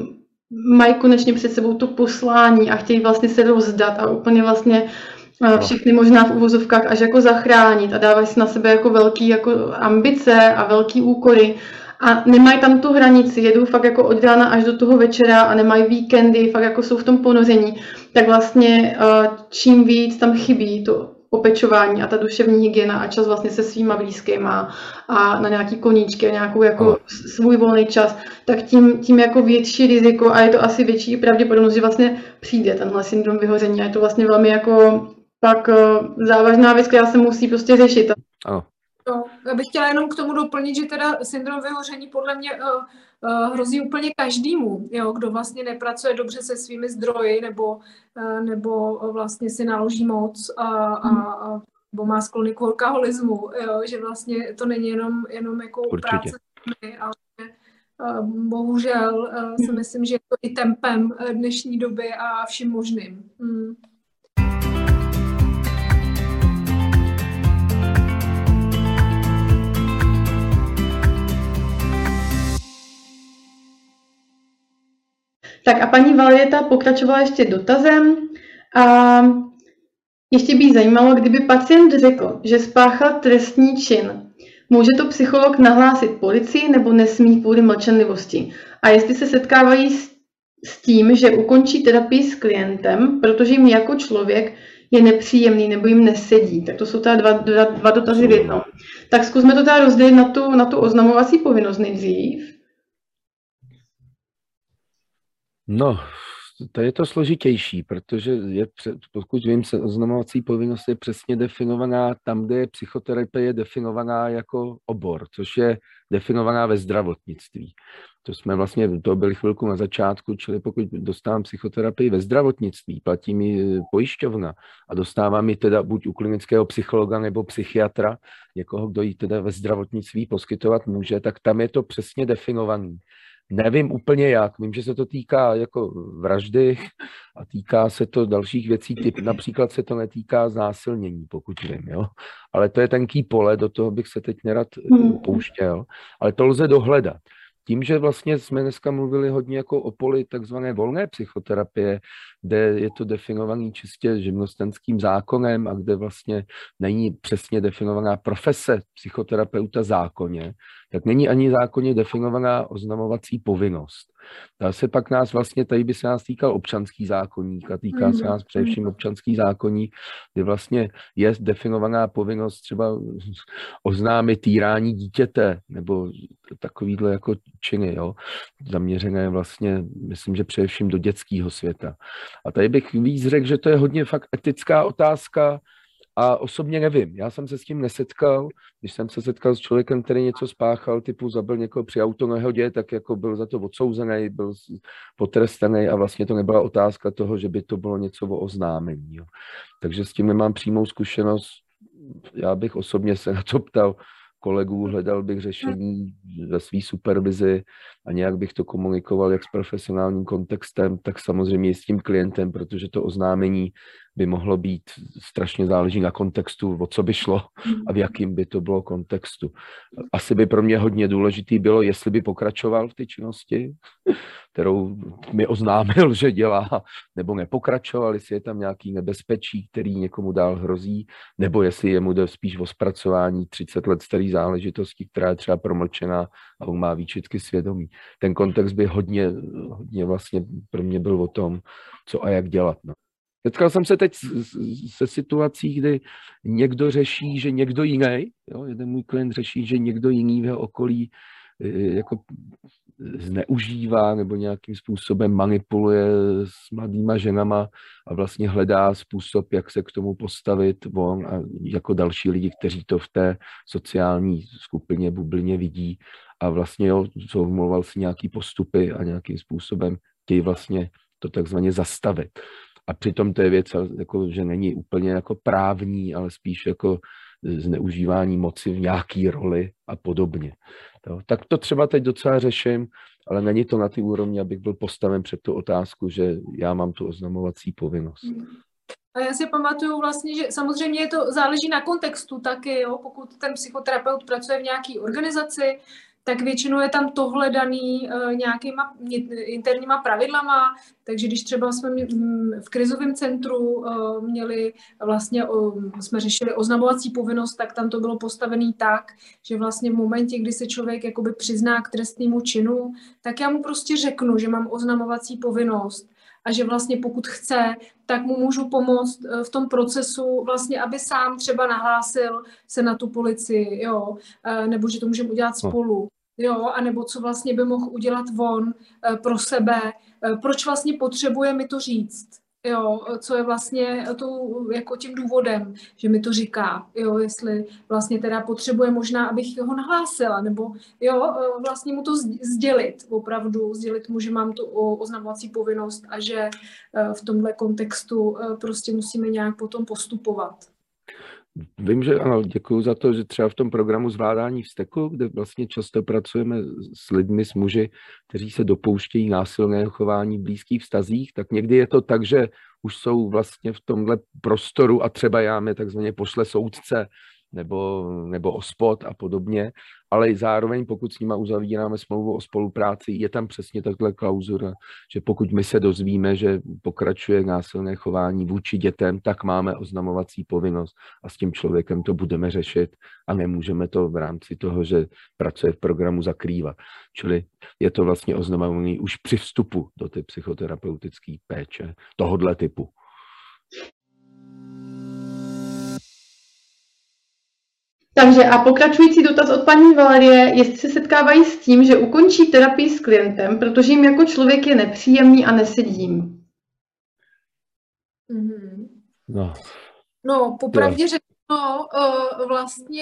mají konečně před sebou to poslání a chtějí vlastně se rozdat a úplně vlastně všechny možná v uvozovkách až jako zachránit a dávají si na sebe jako velký jako ambice a velký úkoly. A nemají tam tu hranici, jedou fakt jako od rána až do toho večera a nemají víkendy, fakt jako jsou v tom ponoření, tak vlastně čím víc tam chybí to opečování a ta duševní hygiena a čas vlastně se svýma blízkýma a na nějaký koníčky a nějakou jako svůj volný čas, tak tím jako větší riziko a je to asi větší pravděpodobnost, že vlastně přijde tenhle syndrom vyhoření a je to vlastně velmi jako pak závažná věc, která se musí prostě řešit. Ano. No, já bych chtěla jenom k tomu doplnit, že teda syndrom vyhoření podle mě hrozí úplně každému, jo, kdo vlastně nepracuje dobře se svými zdroji nebo vlastně si naloží moc nebo má sklony k workoholismu, jo, že vlastně to není jenom jako Určitě. práce, ale bohužel si myslím, že je to i tempem dnešní doby a vším možným. Tak a paní Valěta pokračovala ještě dotazem a ještě by jí zajímalo, kdyby pacient řekl, že spáchal trestní čin, může to psycholog nahlásit policii nebo nesmí kvůli mlčenlivosti? A jestli se setkávají s tím, že ukončí terapii s klientem, protože jim jako člověk je nepříjemný nebo jim nesedí. Tak to jsou teda dva dotazy v jednom. Tak zkusme to teda rozdělit na tu oznamovací povinnost nejdřív. No, to je to složitější, protože pokud vím, se oznamovací povinnost je přesně definovaná tam, kde je psychoterapie definovaná jako obor, což je definovaná ve zdravotnictví. To byli chvilku na začátku, čili pokud dostávám psychoterapii ve zdravotnictví, platí mi pojišťovna a dostávám ji teda buď u klinického psychologa nebo psychiatra, někoho, kdo ji teda ve zdravotnictví poskytovat může, tak tam je to přesně definovaný. Nevím úplně jak, vím, že se to týká jako vraždy a týká se to dalších věcí, například se to netýká znásilnění, pokud vím, jo. Ale to je tenký pole, do toho bych se teď nerad pouštěl, ale to lze dohledat. Tím, že vlastně jsme dneska mluvili hodně jako o poli takzvané volné psychoterapie, kde je to definovaný čistě živnostenským zákonem a kde vlastně není přesně definovaná profese psychoterapeuta zákonně, tak není ani zákonně definovaná oznamovací povinnost. Dá se pak tady by se nás týkal občanský zákoník a týká se nás především občanský zákoník, kde vlastně je definovaná povinnost třeba oznámit týrání dítěte nebo takovýhle jako činy, jo, zaměřené vlastně, myslím, že především do dětského světa. A tady bych víc řekl, že to je hodně fakt etická otázka A osobně nevím, já jsem se s tím nesetkal. Když jsem se setkal s člověkem, který něco spáchal, typu zabil někoho při autonehodě, tak jako byl za to odsouzený, byl potrestaný a vlastně to nebyla otázka toho, že by to bylo něco o oznámení. Jo. Takže s tím nemám přímou zkušenost. Já bych osobně se na to ptal kolegů, hledal bych řešení ve své supervizi a nějak bych to komunikoval jak s profesionálním kontextem, tak samozřejmě i s tím klientem, protože to oznámení by mohlo být, strašně záleží na kontextu, o co by šlo a v jakým by to bylo kontextu. Asi by pro mě hodně důležitý bylo, jestli by pokračoval v té činnosti, kterou mi oznámil, že dělá, nebo nepokračoval, jestli je tam nějaký nebezpečí, který někomu dál hrozí, nebo jestli jemu jde spíš o zpracování 30 let starý záležitosti, která je třeba promlčená a on má výčitky svědomí. Ten kontext by hodně vlastně pro mě byl o tom, co a jak dělat. No. Setkal jsem se teď se situací, kdy někdo řeší, že někdo jiný, jo, jeden můj klient řeší, že někdo jiný v jeho okolí jako zneužívá nebo nějakým způsobem manipuluje s mladýma ženama a vlastně hledá způsob, jak se k tomu postavit on a jako další lidi, kteří to v té sociální skupině, bublině vidí a vlastně omlouval si nějaký postupy a nějakým způsobem chtějí vlastně to takzvaně zastavit. A přitom to je věc, jako, že není úplně jako právní, ale spíš jako zneužívání moci v nějaký roli a podobně. Tak to třeba teď docela řeším, ale není to na té úrovni, abych byl postaven před tu otázku, že já mám tu oznamovací povinnost. A já si pamatuju vlastně, že samozřejmě to záleží na kontextu taky, jo? Pokud ten psychoterapeut pracuje v nějaké organizaci, tak většinou je tam tohle daný nějakýma interníma pravidlama, takže když třeba jsme v krizovém centru měli vlastně, jsme řešili oznamovací povinnost, tak tam to bylo postavené tak, že vlastně v momentě, kdy se člověk jakoby přizná k trestnému činu, tak já mu prostě řeknu, že mám oznamovací povinnost a že vlastně pokud chce, tak mu můžu pomoct v tom procesu, vlastně, aby sám třeba nahlásil se na tu policii, jo, nebo že to můžeme udělat spolu. Jo, anebo co vlastně by mohl udělat on pro sebe, proč vlastně potřebuje mi to říct, jo, co je vlastně jako tím důvodem, že mi to říká, jo, jestli vlastně teda potřebuje možná, abych ho nahlásila, nebo jo, vlastně mu to sdělit, opravdu sdělit mu, že mám tu oznamovací povinnost a že v tomhle kontextu prostě musíme nějak potom postupovat. Vím, že ano, děkuji za to, že třeba v tom programu zvládání vzteku, kde vlastně často pracujeme s lidmi, s muži, kteří se dopouštějí násilného chování v blízkých vztazích, tak někdy je to tak, že už jsou vlastně v tomhle prostoru a třeba já mě takzvaně pošle soudce nebo OSPOD a podobně, ale zároveň pokud s nima uzavíráme smlouvu o spolupráci, je tam přesně takhle klauzura, že pokud my se dozvíme, že pokračuje násilné chování vůči dětem, tak máme oznamovací povinnost a s tím člověkem to budeme řešit a nemůžeme to v rámci toho, že pracuje v programu, zakrývat. Čili je to vlastně oznamovaný už při vstupu do té psychoterapeutické péče tohodle typu. Takže a pokračující dotaz od paní Valerie, jestli se setkávají s tím, že ukončí terapii s klientem, protože jim jako člověk je nepříjemný a nesedí jim. No, popravdě řečeno, vlastně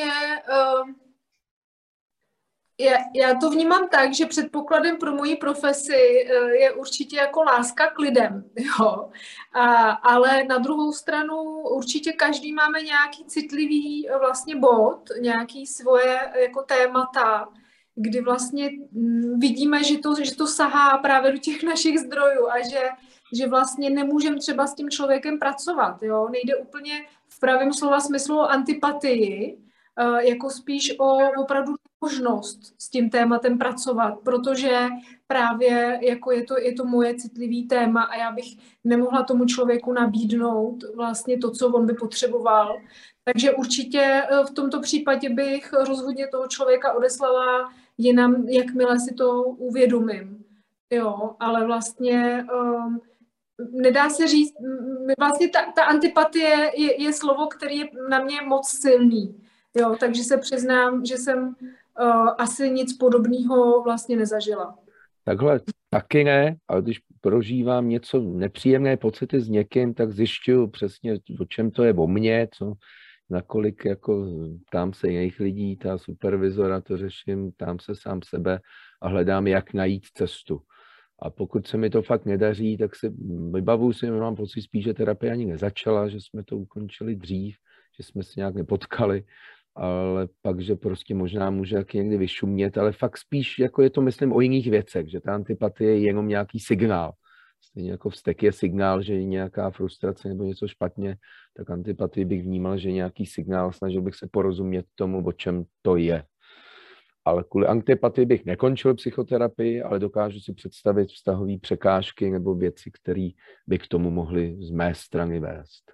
já to vnímám tak, že předpokladem pro moji profesi je určitě jako láska k lidem, jo. Ale na druhou stranu určitě každý máme nějaký citlivý vlastně bod, nějaký svoje jako témata, kdy vlastně vidíme, že to sahá právě do těch našich zdrojů a že vlastně nemůžeme třeba s tím člověkem pracovat, jo. Nejde úplně v pravém slova smyslu o antipatii, jako spíš o opravdu možnost s tím tématem pracovat, protože právě jako je to moje citlivý téma a já bych nemohla tomu člověku nabídnout vlastně to, co on by potřeboval. Takže určitě v tomto případě bych rozhodně toho člověka odeslala jinam, jakmile si to uvědomím. Jo, ale vlastně nedá se říct, vlastně ta antipatie je slovo, které je na mě moc silný. Jo, takže se přiznám, že jsem asi nic podobného vlastně nezažila. Takhle taky ne, ale když prožívám něco nepříjemné pocity s někým, tak zjišťuju přesně, o čem to je o mně, co nakolik jako ptám se jiných lidí, ta supervizora to řeším, ptám se sám sebe a hledám, jak najít cestu. A pokud se mi to fakt nedaří, tak si vybavuju si, mám pocit spíš, že terapie ani nezačala, že jsme to ukončili dřív, že jsme se nějak nepotkali, ale pak, že prostě možná může taky někdy vyšumět, ale fakt spíš jako je to, myslím, o jiných věcech, že ta antipatie je jenom nějaký signál. Stejně jako vztek je signál, že je nějaká frustrace nebo něco špatně, tak antipatii bych vnímal, že je nějaký signál, snažil bych se porozumět tomu, o čem to je. Ale kvůli antipatii bych nekončil psychoterapii, ale dokážu si představit vztahové překážky nebo věci, které by k tomu mohly z mé strany vést.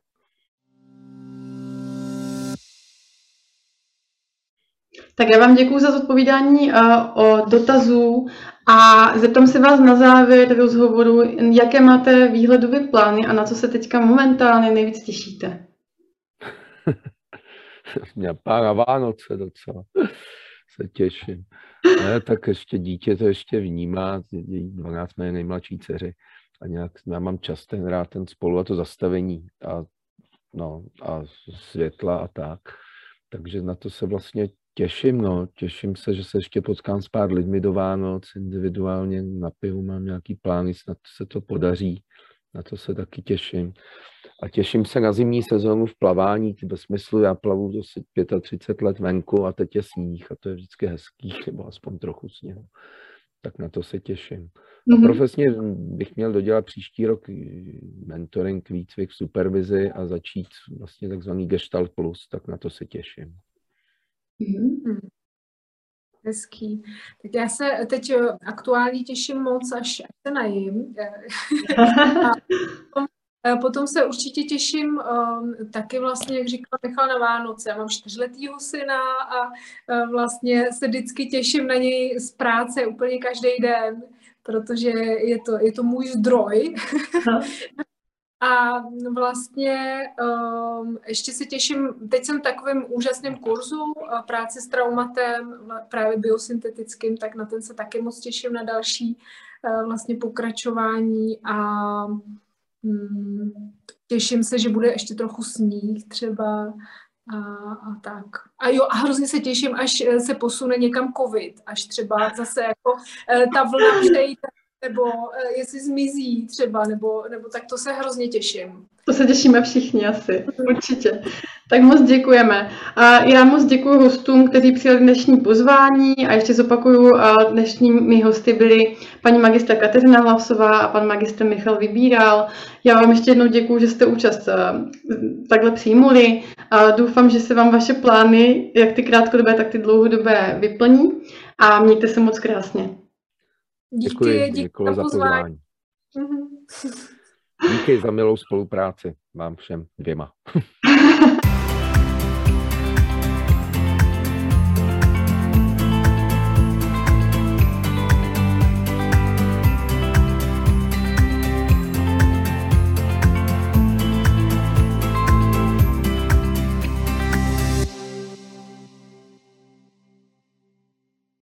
Tak já vám děkuji za zodpovídání o dotazů a zeptám se vás na závěr rozhovoru, jaké máte výhledové plány a na co se teďka momentálně nejvíc těšíte? Mě pána Vánoce docela se těším. Ne, tak ještě dítě to ještě vnímá, 12 mé nejmladší dceři a nějak já mám čas rád ten spolu a to zastavení a světla a tak. Takže na to se vlastně těším, těším se, že se ještě potkám s pár lidmi do Vánoc, individuálně na pivu mám nějaký plány, snad se to podaří, na to se taky těším. A těším se na zimní sezónu v plavání, ve smyslu, já plavu asi 35 let venku a teď je sníh a to je vždycky hezký, nebo aspoň trochu sněhu. Tak na to se těším. A profesně bych měl dodělat příští rok mentoring, výcvik v supervizi a začít vlastně takzvaný Gestalt Plus, tak na to se těším. Hezký. Tak já se teď aktuálně těším moc, až se najím. A potom se určitě těším taky vlastně, jak říkal Michal, na Vánoce. Já mám 4letýho syna a vlastně se vždycky těším na něj z práce úplně každý den, protože je to můj zdroj. A vlastně ještě se těším, teď jsem v takovém úžasném kurzu práce s traumatem, právě biosyntetickým, tak na ten se taky moc těším na další vlastně pokračování a těším se, že bude ještě trochu sníh třeba a tak. A jo, a hrozně se těším, až se posune někam covid, až třeba zase jako ta vlna přejde, nebo jestli zmizí třeba, nebo tak to se hrozně těším. To se těšíme všichni asi, určitě. Tak moc děkujeme. A já moc děkuji hostům, kteří přijali dnešní pozvání a ještě zopakuju, dnešními hosty byli paní magistra Kateřina Hlavsová a pan magistr Michal Vybíral. Já vám ještě jednou děkuji, že jste účast takhle přijmuli a doufám, že se vám vaše plány, jak ty krátkodobé, tak ty dlouhodobé vyplní a mějte se moc krásně. Díky za pozvání. Díky za milou spolupráci vám všem dvěma.